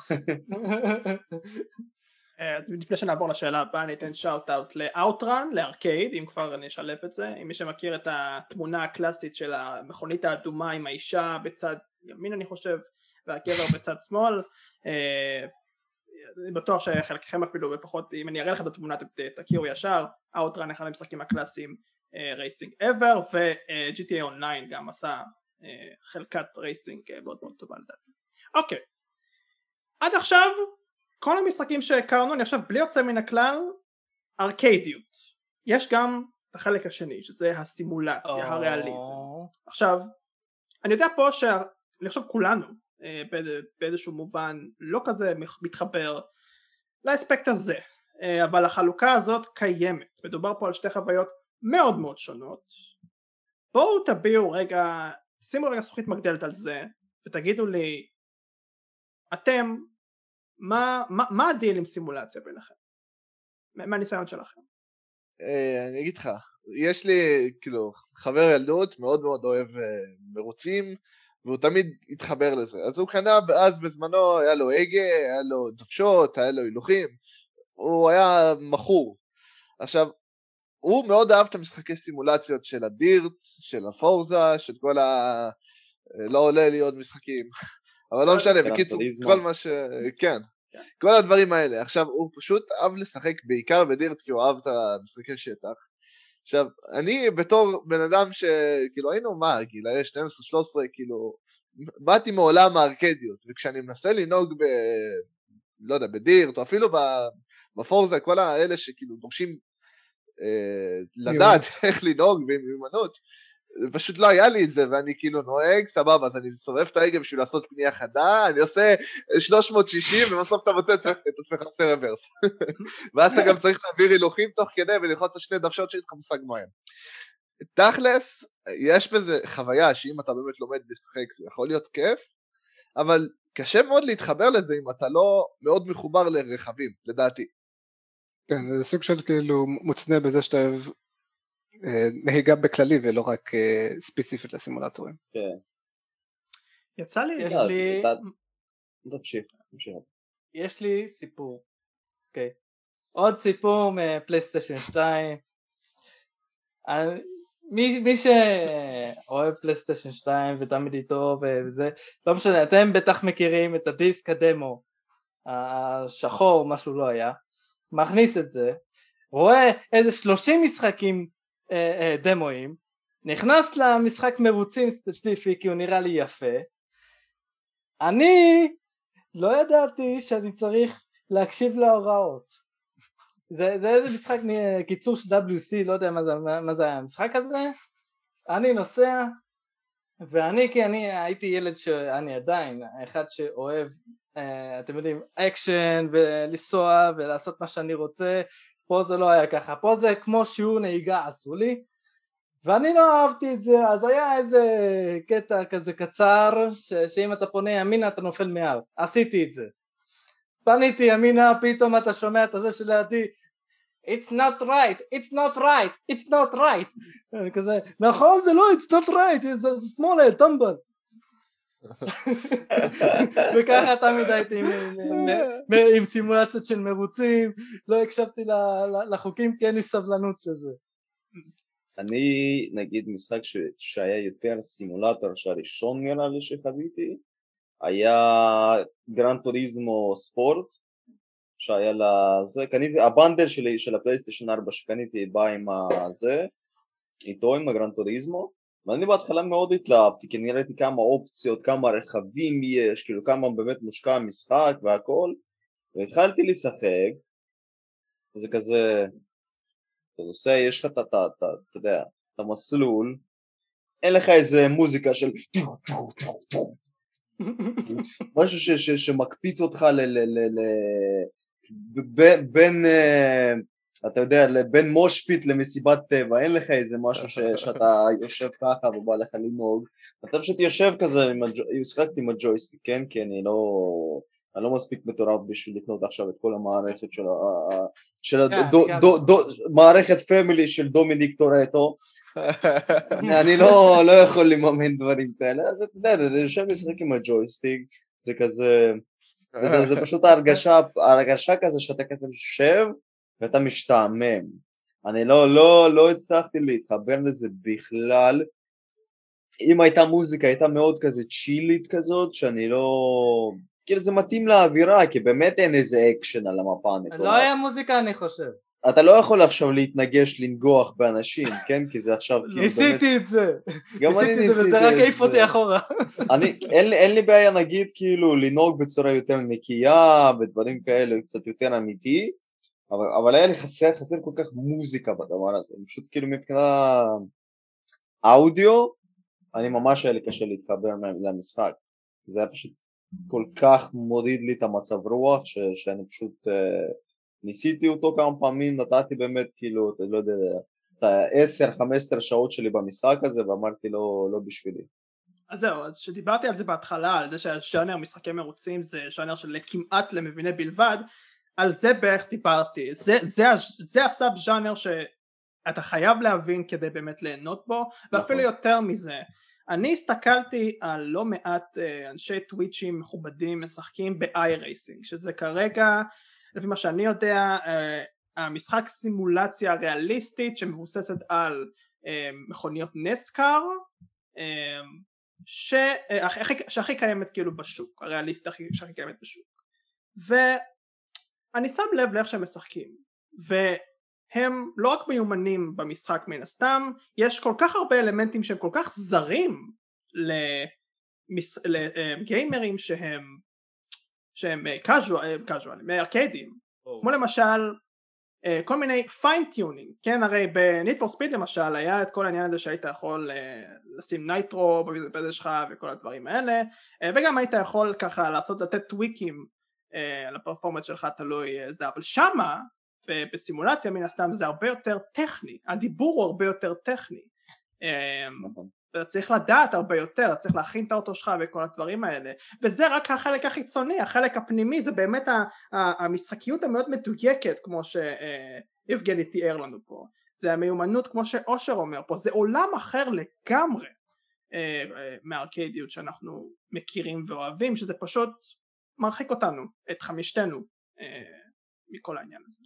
לפני שנעבור לשאלה הבאה, אני אתן שאוט אאוט לאוטרן, לארקייד, אם כבר אני אשלב את זה, אם מי שמכיר את התמונה הקלאסית של המכונית האדומה עם האישה בצד ימין אני חושב, והגבר בצד שמאל, אני בטוח שחלקכם אפילו, לפחות אם אני אראה לך את התמונה תכירו ישר, אוטרן אחד המשחקים הקלאסיים רייסינג ever, ו-GTA Online גם עשה חלקת רייסינג מאוד מאוד טובה לדעתי. אוקיי, עד עכשיו כל המשחקים שהכרנו, אני חושב בלי יוצא מן הכלל, ארקיידיות. יש גם את החלק השני, שזה הסימולציה, הריאליזם. עכשיו, אני יודע פה אני חושב כולנו באיזשהו מובן לא כזה מתחבר לאספקט הזה, אבל החלוקה הזאת קיימת. מדובר פה על שתי חוויות מאוד מאוד שונות. בואו תביאו רגע, שימו רגע זכוכית מגדלת על זה, ותגידו לי, אתם, מה הדיל עם סימולציה ביניכם? מה הניסיון שלכם? אני אגיד לך, יש לי כאילו חבר ילדות מאוד מאוד אוהב מרוצים, והוא תמיד התחבר לזה. אז הוא קנה אז בזמנו, היה לו הגה, היה לו דוושות, היה לו הילוכים, הוא היה מכור. עכשיו, הוא מאוד אהב את המשחקי סימולציות של הדירט, של הפורזה, של כל לא עולה לי עוד משחקים, אבל לא משנה, בקיצור, כל מה כן, כל הדברים האלה. עכשיו, הוא פשוט אהב לשחק בעיקר בדירט, כי הוא אהב את המשחקי שטח. עכשיו, אני בתור בן אדם שכאילו היינו גילאי 12-13, כאילו, באתי מעולם הארקדיות, וכשאני מנסה לנהוג לא יודע, בדירט, או אפילו בפורזה, כל האלה שכאילו דורשים לדעת איך לנהוג במיומנות, פשוט לא היה לי את זה, ואני כאילו נוהג, סבבה, אז אני שורף את ההגה בשביל לעשות פנייה חדה, אני עושה 360, ובסוף אתה מוצא את עצמך עושה רוורס. ואז אתה גם צריך להעביר הילוכים תוך כדי, וללחוץ על שני דוושות שאין לך מושג מהם. תכלס, יש בזה חוויה, שאם אתה באמת לומד לשחק, זה יכול להיות כיף, אבל קשה מאוד להתחבר לזה, אם אתה לא מאוד מחובר לרכבים, לדעתי. כן, זה סוג של כאילו מוצנה בזה שאתה אוהב נהיגה בכללי ולא רק ספציפית לסימולטורים. כן. יצא לי, יש לי סיפור. אוקיי. עוד סיפור מפלייסטיישן 2. מי שאוהב פלייסטיישן 2 ותמיד איתו וזה, לא משנה, אתם בטח מכירים את הדיסק הדמו, השחור, משהו לא היה, מכניס את זה, רואה איזה 30 משחקים דמויים, נכנס למשחק מרוצים ספציפי כי הוא נראה לי יפה, אני לא ידעתי שאני צריך להקשיב להוראות. זה איזה משחק, קיצור של WC, לא יודע מה זה היה המשחק הזה. אני נוסע, כי אני הייתי ילד שאני עדיין, אחד שאוהב, אתם יודעים, אקשן ולנסוע ולעשות מה שאני רוצה. פה זה לא היה ככה, פה זה כמו שיעור נהיגה עשו לי, ואני לא אהבתי את זה. אז היה איזה קטע כזה קצר, שאם אתה פונה ימינה אתה נופל מהר, עשיתי את זה. פניתי ימינה, פתאום אתה שומע את הזה שלידי, it's not right, it's not right, it's not right. כזה, נכון זה לא, it's not right, זה שמאלה, טמבל. וככה תמיד הייתי עם סימולציות של מרוצים, לא הקשבתי לחוקים כי אין לי סבלנות לזה. אני נגיד משחק שהיה יותר סימולטור שהראשון נראה לי שחוויתי, היה גרן טוריזמו ספורט, שהיה לזה, קניתי, הבנדל שלי של הפלייסטיישן 4 שקניתי בא עם הזה, איתו עם הגרן טוריזמו, ואני בהתחלה מאוד התלהבתי, כי נראיתי כמה אופציות, כמה רכבים יש, כאילו כמה באמת מושקע המשחק והכל, והתחלתי לשחק, וזה כזה, אתה נוסע, יש לך אתה יודע, את המסלול, אין לך איזה מוזיקה של משהו שמקפיץ אותך בין, אתה יודע, בין מושפיט למסיבת טבע, אין לך איזה משהו שאתה יושב ככה ובא לך לנהוג, אתה פשוט יושב כזה, שחקתי עם הג'ויסטיק, כן? כי אני לא מספיק מטורף בשביל לקנות עכשיו את כל המערכת של מערכת פמילי של דומיניק טורטו, אני לא יכול לממן דברים כאלה, אז אתה יודע, זה יושב משחק עם הג'ויסטיק, זה כזה, זה פשוט ההרגשה כזה שאתה כזה יושב ואתה משתעמם. אני לא הצלחתי להתחבר לזה בכלל. אם הייתה מוזיקה הייתה מאוד כזה צ'ילית כזאת, שאני לא, כאילו זה מתאים לאווירה, כי באמת אין איזה אקשן על המפה. לא היה מוזיקה אני חושב. אתה לא יכול עכשיו להתנגש, לנגוח באנשים, כן? כי זה עכשיו כאילו באמת... ניסיתי את זה. גם אני ניסיתי את זה. וזה רק העיף אותי אחורה. אין לי בעיה נגיד כאילו לנהוג בצורה יותר נקייה, ודברים כאלה קצת יותר אמיתי, אבל היה לי חסר כל כך מוזיקה בדבר הזה. פשוט כאילו מבחינה אודיו, אני ממש היה לי קשה להתחבר למשחק. זה היה פשוט כל כך מוריד לי את המצב רוח, שאני פשוט... ניסיתי אותו כמה פעמים, נתתי באמת כאילו, אתה לא יודע, את ה-10-15 שעות שלי במשחק הזה, ואמרתי לא בשבילי. אז זהו, אז שדיברתי על זה בהתחלה, על זה שהז'אנר משחקי מרוצים זה ז'אנר של כמעט למביני בלבד, על זה בערך דיברתי, זה הסאב ז'אנר שאתה חייב להבין כדי באמת ליהנות בו, ואפילו יותר מזה. אני הסתכלתי על לא מעט אנשי טוויצ'ים מכובדים משחקים ב-iRacing, שזה כרגע לפי מה שאני יודע המשחק סימולציה ריאליסטית שמבוססת על מכוניות נסקאר שהכי קיימת כאילו בשוק, הריאליסטית שהכי קיימת בשוק, ואני שם לב לאיך שהם משחקים, והם לא רק מיומנים במשחק מן הסתם, יש כל כך הרבה אלמנטים שהם כל כך זרים לגיימרים שהם קאז'ואלים, ארקיידים, כמו למשל כל מיני פיינטיונינג, כן, הרי ב-Need for Speed למשל היה את כל העניין הזה שהיית יכול לשים נייטרו בזה שלך וכל הדברים האלה, וגם היית יכול ככה לתת טוויקים על הפרפורמנס שלך, תלוי זה, אבל שמה ובסימולציה מן הסתם זה הרבה יותר טכני, הדיבור הוא הרבה יותר טכני, אתה צריך לדעת הרבה יותר, אתה צריך להכין את האוטו שלך וכל הדברים האלה, וזה רק החלק החיצוני, החלק הפנימי זה באמת המשחקיות המאוד מדויקת כמו שיבגני תיאר לנו פה, זה המיומנות כמו שאושר אומר פה, זה עולם אחר לגמרי מהארקיידיות שאנחנו מכירים ואוהבים, שזה פשוט מרחיק אותנו, את חמישתנו מכל העניין הזה.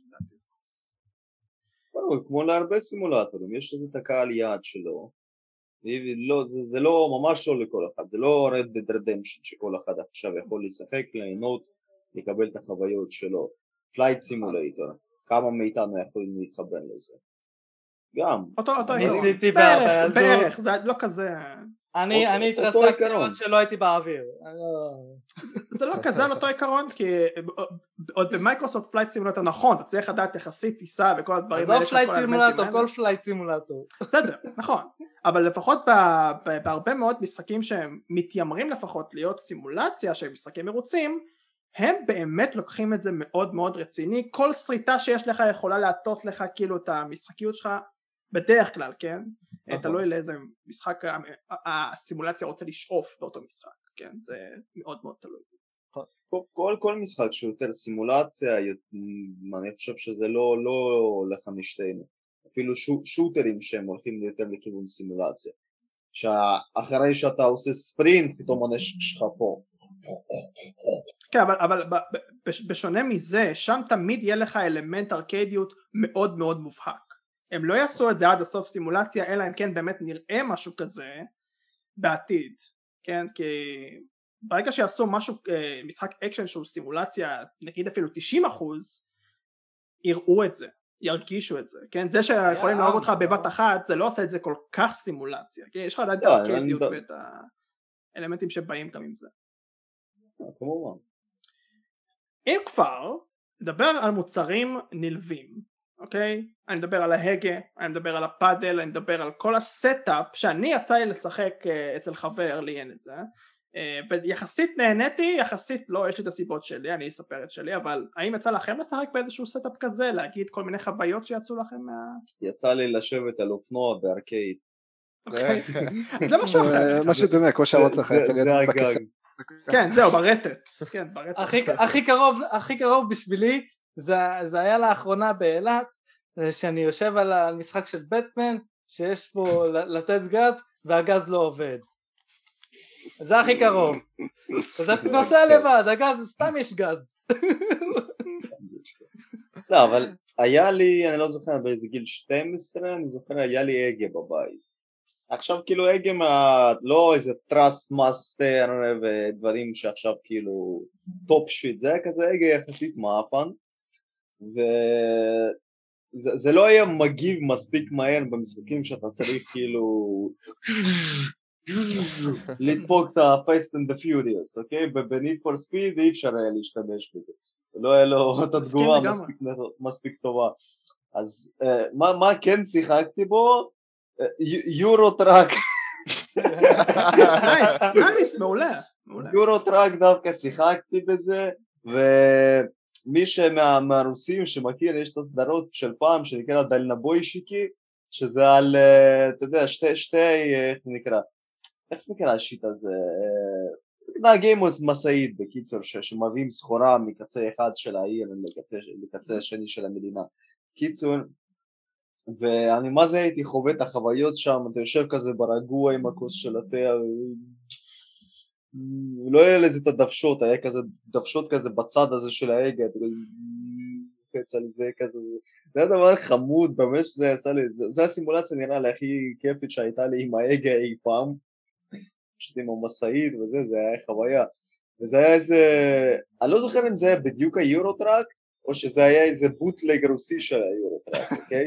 כמו להרבה סימולטורים, יש לזה את הקהל יעד שלו, זה לא ממש לא לכל אחד, זה לא Red Dead Redemption שכל אחד עכשיו יכול לשחק, ליהנות, לקבל את החוויות שלו. Flight Simulator, כמה מאיתנו יכולים להתחבר לזה? גם. אותו עיקרון. ניסיתי בערך, זה לא כזה... אני התרסקתי עוד שלא הייתי באוויר. זה לא כזה על אותו עיקרון, כי עוד במייקרוסופט פלייט סימולטור נכון, אתה צריך לדעת יחסית טיסה וכל הדברים האלה. אז לא פלייט סימולטור, כל פלייט סימולטור. בסדר, נכון, אבל לפחות בהרבה מאוד משחקים שהם מתיימרים לפחות להיות סימולציה של משחקים מרוצים, הם באמת לוקחים את זה מאוד מאוד רציני, כל שריטה שיש לך יכולה להטות לך כאילו את המשחקיות שלך בדרך כלל, כן? תלוי לאיזה משחק הסימולציה רוצה לשאוף באותו משחק, כן? זה מאוד מאוד תלוי. כל משחק שהוא יותר סימולציה, אני חושב שזה לא הולך משתינו. אפילו שוטרים שהם הולכים יותר לכיוון סימולציה. שאחרי שאתה עושה ספרינט, פתאום הנשק שלך פה. כן, אבל בשונה מזה, שם תמיד יהיה לך אלמנט ארקדיות מאוד מאוד מובהק. הם לא יעשו את זה עד הסוף סימולציה, אלא אם כן באמת נראה משהו כזה בעתיד, כן? כי ברגע שיעשו משהו, משחק אקשן שהוא סימולציה, נגיד אפילו 90%, יראו את זה, ירגישו את זה, כן? זה שיכולים להרוג אותך בבת אחת, זה לא עושה את זה כל כך סימולציה, כן? יש לך עדיין את הארקדיות ואת האלמנטים שבאים גם עם זה. כמובן. אם כבר, נדבר על מוצרים נלווים, אוקיי? אני מדבר על ההגה, אני מדבר על הפאדל, אני מדבר על כל הסטאפ שאני יצא לי לשחק אצל חבר, לי אין את זה, ויחסית נהניתי, יחסית לא, יש לי את הסיבות שלי, אני אספר את שלי, אבל האם יצא לכם לשחק באיזשהו סטאפ כזה, להגיד כל מיני חוויות שיצאו לכם יצא לי לשבת על אופנוע בארקייד. אוקיי, זה משהו אחר. משהו דומה, כמו שאמרת לך, יצא לי זה הגג. כן, זהו, ברטט. הכי קרוב בשבילי, זה היה לאחרונה באילת, שאני יושב על משחק של בטמן, שיש פה לתת גז, והגז לא עובד. זה הכי קרוב. זה נוסע לבד, הגז, סתם יש גז. לא, אבל היה לי, אני לא זוכר, באיזה גיל 12, אני זוכר, היה לי הגה בבית. עכשיו כאילו הגה לא איזה טראסט מאסטר ודברים שעכשיו כאילו טופ שיט, זה היה כזה הגה יחסית מאפן, וזה לא היה מגיב מספיק מהר במשחקים שאתה צריך כאילו לדפוק את ה-Fast and the Furious, אוקיי? ב-Need for Speed אי אפשר היה להשתמש בזה, לא היה לו את התגובה מספיק טובה. אז מה כן שיחקתי בו? יורו טראק. נייס, מעולה. יורו טראק דווקא שיחקתי בזה, ומי מהרוסים שמכיר, יש את הסדרות של פעם שנקרא דלנבוישיקי, שזה על, אתה יודע, שתי, איך זה נקרא השיט הזה, נהגי מסעית בקיצור, שמביאים סחורה מקצה אחד של העיר לקצה השני של המדינה. קיצור, ואני מה זה הייתי חווה את החוויות שם, אתה יושב כזה ברגוע עם הכוס של התה, לא היה לזה את הדוושות, היה כזה דוושות כזה בצד הזה של ההגה, חץ על זה כזה, זה היה דבר חמוד, באמת שזה עשה לי, זה הסימולציה נראה לי הכי כיפית שהייתה לי עם ההגה אי פעם, פשוט עם המסעית וזה, זה היה חוויה, וזה היה איזה, אני לא זוכר אם זה היה בדיוק היורוטראק, או שזה היה איזה בוטלג רוסי של היורוטראק, אוקיי?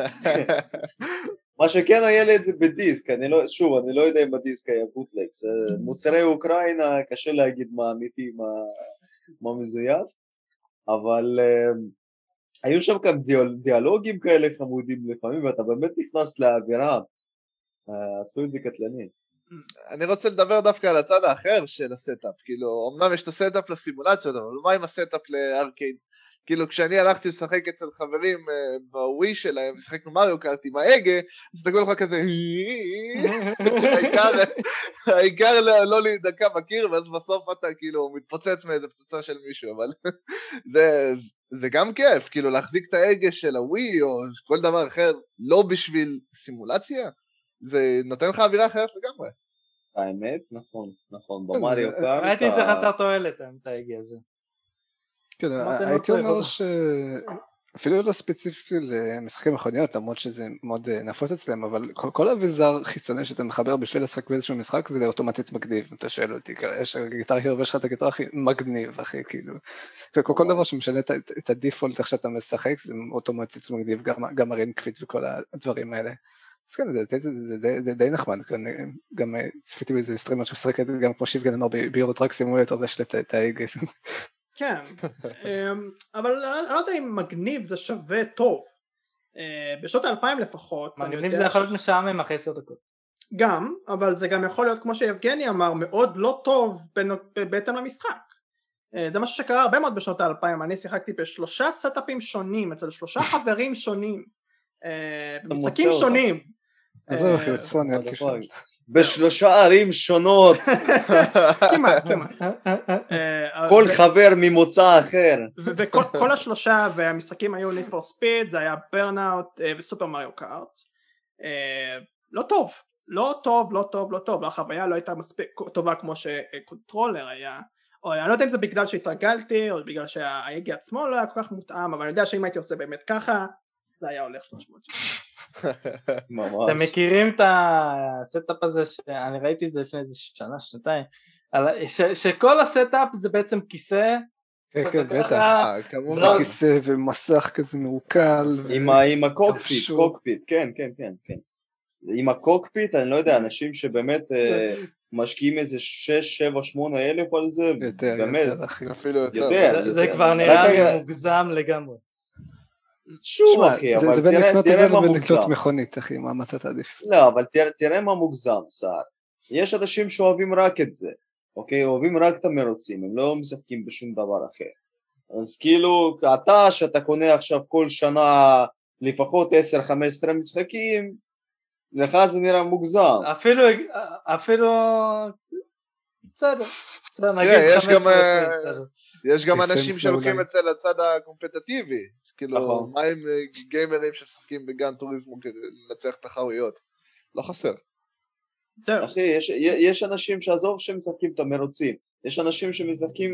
מה שכן היה לי את זה בדיסק, אני לא יודע אם בדיסק היה בוטלג, זה מוצרי אוקראינה, קשה להגיד מה אמיתי, מה מזויף, אבל היו שם גם דיאלוגים כאלה חמודים לפעמים, ואתה באמת נכנס לאווירה, עשו את זה קטלני. אני רוצה לדבר דווקא על הצד האחר של הסטאפ, כאילו, אמנם יש את הסטאפ לסימולציות, אבל מה עם הסטאפ לארקייד? כאילו כשאני הלכתי לשחק אצל חברים בווי שלהם, ושחקנו מריו קארט עם ההגה, אז תקראו לך כזה, העיקר לא להידקע בקיר, ואז בסוף אתה כאילו מתפוצץ מאיזה פצצה של מישהו, אבל זה גם כיף, כאילו להחזיק את ההגה של הווי, או כל דבר אחר, לא בשביל סימולציה, זה נותן לך אווירה אחרת לגמרי. האמת, נכון, במריו קארט. ראיתי את זה חסר תועלת, את ההגה הזה. כן, הייתי אומר אפילו לא ספציפי למשחקי מכוניות, למרות שזה מאוד נפוץ אצלם, אבל כל אביזר חיצוני שאתה מחבר בשביל לשחק באיזשהו משחק, זה אוטומטית מגניב, אתה שואל אותי, יש גיטר הירו ויש לך את הגיטר הכי מגניב, אחי, כאילו, כל דבר שמשנה את הדיפולט איך שאתה משחק, זה אוטומטית מגניב, גם הרין קפיט וכל הדברים האלה. אז כן, זה די נחמד, גם צפיתי באיזה סטרימר שמשחקת, גם כמו שיבגן אמר, ביורו טראק סימולטור, ויש את האיגייס. כן, אבל אני לא יודע אם מגניב זה שווה טוב. בשנות 2000 לפחות. מגניב זה יכול להיות משעמם אחרי 10 דקות. גם, אבל זה גם יכול להיות כמו שיבגני אמר, מאוד לא טוב בהתאם למשחק. זה משהו שקרה הרבה מאוד בשנות 2000, אני שיחקתי ב3 סטאפים שונים, אצל 3 חברים שונים, במשחקים שונים. אז זה הכי צפוני, אל תשאל. ב3 ערים שונות. כמעט. כל חבר ממוצא אחר. וכל 3 והמשחקים היו Need for Speed, זה היה Burnout וסופר מריו קארט. לא טוב, לא טוב, החוויה לא הייתה מספיק טובה כמו שקונטרולר היה, או אני לא יודע אם זה בגלל שהתרגלתי, או בגלל שהאיגי עצמו לא היה כל כך מותאם, אבל אני יודע שאם הייתי עושה באמת ככה, זה היה הולך 300 שנה. אתם מכירים את הסטאפ הזה, שאני ראיתי את זה לפני איזה שנה, שנתיים, שכל הסטאפ זה בעצם כיסא, כן, בטח, כיסא ומסך כזה מעוקל. עם הקוקפיט, כן. עם הקוקפיט, אני לא יודע, אנשים שבאמת משקיעים איזה 6, 7, 8 אלף על זה, באמת, אפילו יותר. זה כבר נראה לי מוגזם לגמרי. שוב אחי, אבל זה בין לקנות את זה לבין לקנות מכונית אחי, מה אתה תעדיף? לא, אבל תראה מה מוגזם, סער. יש אנשים שאוהבים רק את זה, אוקיי? אוהבים רק את המרוצים, הם לא משחקים בשום דבר אחר. אז כאילו, שאתה קונה עכשיו כל שנה לפחות 10-15 משחקים, לך זה נראה מוגזם. אפילו בסדר. יש גם אנשים שלוקחים את זה לצד הקומפטטיבי, כאילו מה עם גיימרים ששחקים בגן טוריזמו כדי לנצח תחרויות, לא חסר. אחי, יש אנשים שעזוב שמשחקים את המרוצים, יש אנשים שמשחקים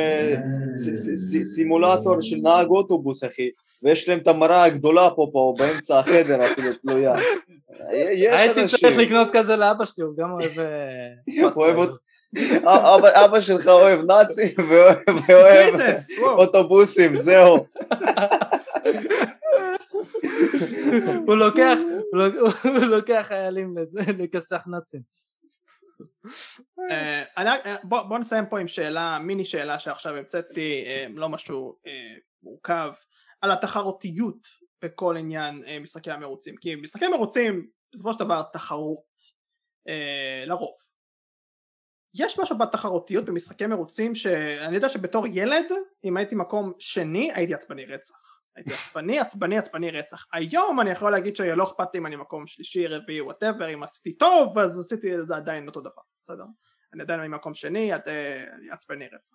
סימולטור של נהג אוטובוס אחי, ויש להם את המראה הגדולה פה באמצע החדר אפילו תלויה. הייתי צריך לקנות כזה לאבא שלי, הוא גם אוהב אבא שלך אוהב נאצים ואוהב אוטובוסים, זהו. הוא לוקח חיילים לכסח נאצים. בוא נסיים פה עם שאלה, מיני שאלה שעכשיו המצאתי, לא משהו מורכב, על התחרותיות בכל עניין משחקי המרוצים, כי משחקי המרוצים בסופו של דבר תחרות לרוב. יש משהו בתחרותיות במשחקי מרוצים שאני יודע שבתור ילד אם הייתי מקום שני הייתי עצבני רצח, הייתי עצבני רצח. היום אני יכול להגיד שלא אכפת לי אם אני מקום שלישי, רביעי, whatever, אם עשיתי טוב אז עשיתי זה עדיין אותו דבר, בסדר? אני עדיין ממקום שני, אני עצבני רצח.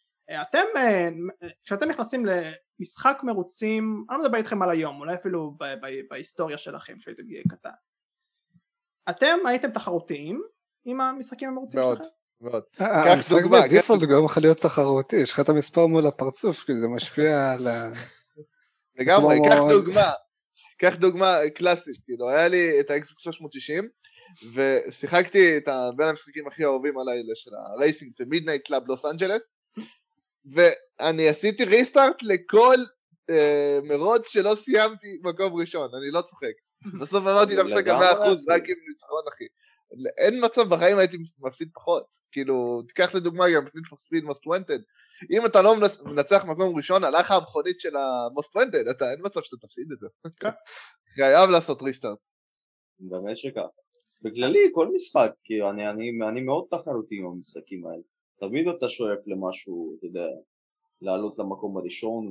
כשאתם נכנסים למשחק מרוצים, אני לא מדבר איתכם על היום, אולי אפילו בהיסטוריה שלכם שהייתם קטן, אתם הייתם תחרותיים עם המשחקים המרוצים שלכם? מאוד. המשחק בדיפולט גם יכול להיות תחרותי, יש לך את המספר מול הפרצוף, כי זה משפיע על לגמרי, קח דוגמה קלאסית, כאילו היה לי את האקסבוקס 360 ושיחקתי את בין המשחקים הכי אהובים עליי של הרייסינג, זה מידנייט קלאב לוס אנג'לס, ואני עשיתי ריסטארט לכל מרוץ שלא סיימתי מקום ראשון, אני לא צוחק, בסוף אמרתי את המשחק על 100% רק עם ניצחון אחי, אין מצב בחיים הייתי מפסיד פחות, כאילו תיקח לדוגמה גם Need for Speed Most Wanted, אם אתה לא מנצח מקום ראשון הלך המכונית של ה-Most Wanted, אין מצב שאתה תפסיד את זה, חייב לעשות ריסטארט. באמת שכך, בכללי כל משחק, כי אני מאוד תחרותי עם המשחקים האלה, תמיד אתה שואף למשהו, אתה יודע, לעלות למקום הראשון,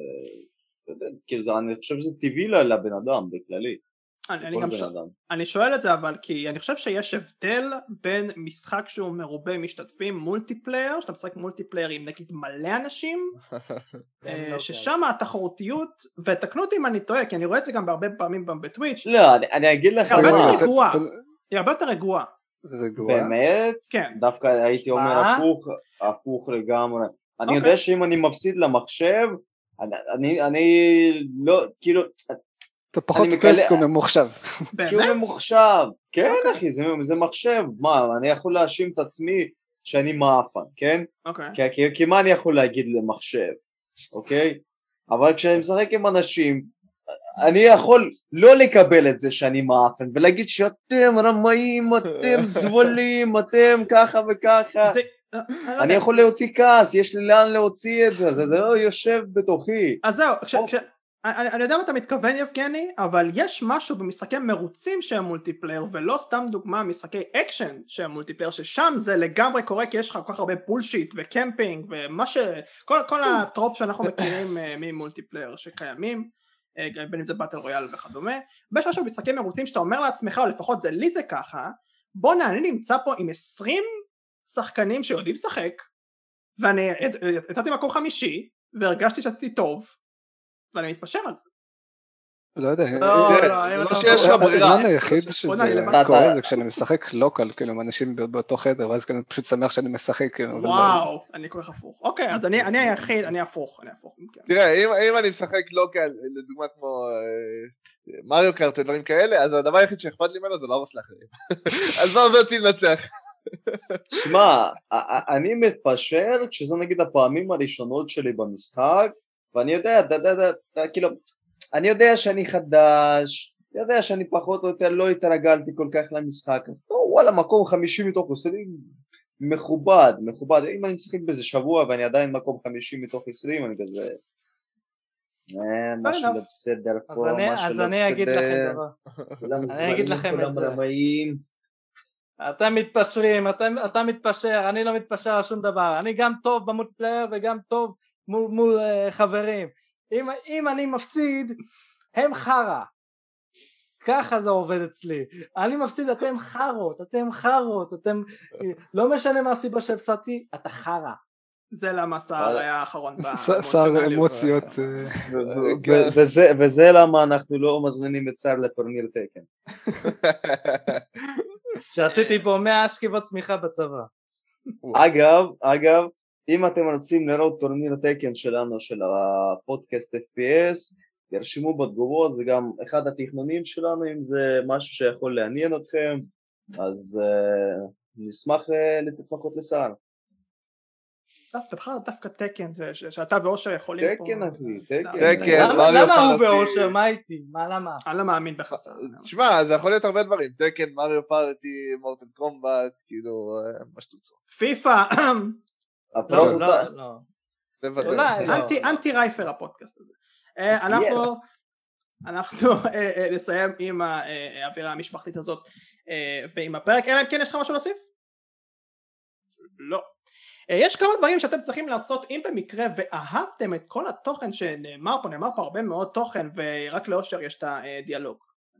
אני חושב שזה טבעי לבן אדם בכללי. אני שואל את זה אבל כי אני חושב שיש הבדל בין משחק שהוא מרובה משתתפים מולטיפלייר, שאתה משחק מולטיפלייר עם נגיד מלא אנשים, ששם התחרותיות, ותקנו אותי אם אני טועה כי אני רואה את זה גם בהרבה פעמים בטוויץ', לא, אני אגיד לך, היא הרבה יותר רגועה. באמת? כן. דווקא הייתי אומר הפוך לגמרי. אני יודע שאם אני מפסיד למחשב, אני לא, כאילו, אתה פחות אני קווסט מקלל- ממוחשב. כי הוא באמת? ממוחשב, כן אחי, זה מחשב, מה, אני יכול להאשים את עצמי שאני מאפן, כן? אוקיי. כי מה אני יכול להגיד למחשב, אוקיי? אבל כשאני משחק עם אנשים, אני יכול לא לקבל את זה שאני מאפן, ולהגיד שאתם רמאים, אתם זבלים, אתם ככה וככה, זה- לא אני יודע, יכול להוציא כעס, יש לי לאן להוציא את זה, זה לא יושב בתוכי. אז זהו, אני יודע מה אתה מתכוון יבגני, אבל יש משהו במשחקי מרוצים שהם מולטיפלייר, ולא סתם דוגמה משחקי אקשן שהם מולטיפלייר, ששם זה לגמרי קורה כי יש לך כל כך הרבה בולשיט וקמפינג ומה כל הטרופ שאנחנו מכירים ממולטיפלייר שקיימים, בין אם זה באטל רויאל וכדומה. ויש משהו במשחקי מרוצים שאתה אומר לעצמך, או לפחות זה לי זה ככה, בוא'נה, אני נמצא פה עם 20 שחקנים שיודעים לשחק, ואני יצאתי מקום 5 והרגשתי שעשיתי טוב, ואני מתפשר על זה. לא יודע, זה לא שיש לך ברירה. הזמן היחיד שזה לבד. קורה זה כשאני משחק לוקל, כאילו עם אנשים באותו חדר, ואז אני פשוט שמח שאני משחק, כאילו. אבל וואו, אני כל כך הפוך. אוקיי, אז אני היחיד, אני הפוך. כן. תראה, אם אני משחק לוקל, לדוגמה כמו מריו קארט או דברים כאלה, אז הדבר היחיד שאכפת לי ממנו זה להרוס לאחרים. אז מה אותי לנצח? שמע, אני מתפשר כשזה נגיד הפעמים הראשונות שלי במשחק, ואני יודע, כאילו, אני יודע שאני חדש, יודע שאני פחות או יותר לא התרגלתי כל כך למשחק, אז וואלה, מקום 50 מתוך 20, מכובד, אם אני משחק בזה שבוע ואני עדיין מקום 50 מתוך 20, אני כזה, משהו לא בסדר פה, משהו לא בסדר. אז אני אגיד לכם דבר. אני אגיד לכם את זה. אתם מתפשרים, אתה מתפשר, אני לא מתפשר על שום דבר, אני גם טוב במולטיפלייר וגם טוב מול חברים. אם אני מפסיד, הם חרה. ככה זה עובד אצלי. אני מפסיד, אתם חרות, אתם... לא משנה מה הסיבה שהפסדתי, אתה חרה. זה למה סער היה האחרון שר אמוציות. וזה למה אנחנו לא מזמינים את סער לטורניר תקן. שעשיתי פה 100 שכיבות צמיחה בצבא. אגב, אם אתם רוצים לראות טורניר תקן שלנו, של הפודקאסט FPS, תרשמו בתגובות, זה גם אחד התכנונים שלנו, אם זה משהו שיכול לעניין אתכם, אז נשמח לתת מכות לסער. תבחר דווקא תקן, שאתה ואושר יכולים פה. תקן אחי, תקן. למה הוא ואושר? מה איתי? למה? אני לא מאמין בך. תשמע, זה יכול להיות הרבה דברים, תקן, מריו פארטי, מורטל קומבט, כאילו, מה שתוצא. פיפה. לא. אנטי רייפר הפודקאסט הזה. אנחנו נסיים עם האווירה המשפחתית הזאת ועם הפרק. אלא אם כן יש לך משהו להוסיף? לא. יש כמה דברים שאתם צריכים לעשות אם במקרה ואהבתם את כל התוכן שנאמר פה, נאמר פה הרבה מאוד תוכן ורק לאושר יש את הדיאלוג.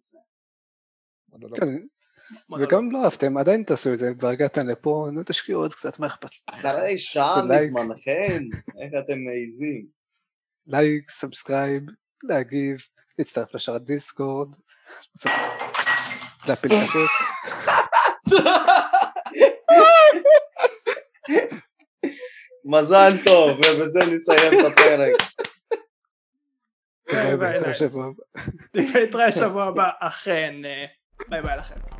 וגם לא אהבתם, עדיין תעשו את זה, כבר הגעתם לפה, תשקיעו עוד קצת, מה אכפת? אחרי שעה מזמנכם, איך אתם מעיזים? לייק, סאבסקרייב, להגיב, להצטרף לשאר הדיסקורד, להפיל את הכוס. מזל טוב, ובזה נסיים את הפרק. ביי ביי, נתראה שבוע הבא. נתראה שבוע הבא, אכן, ביי ביי לכם.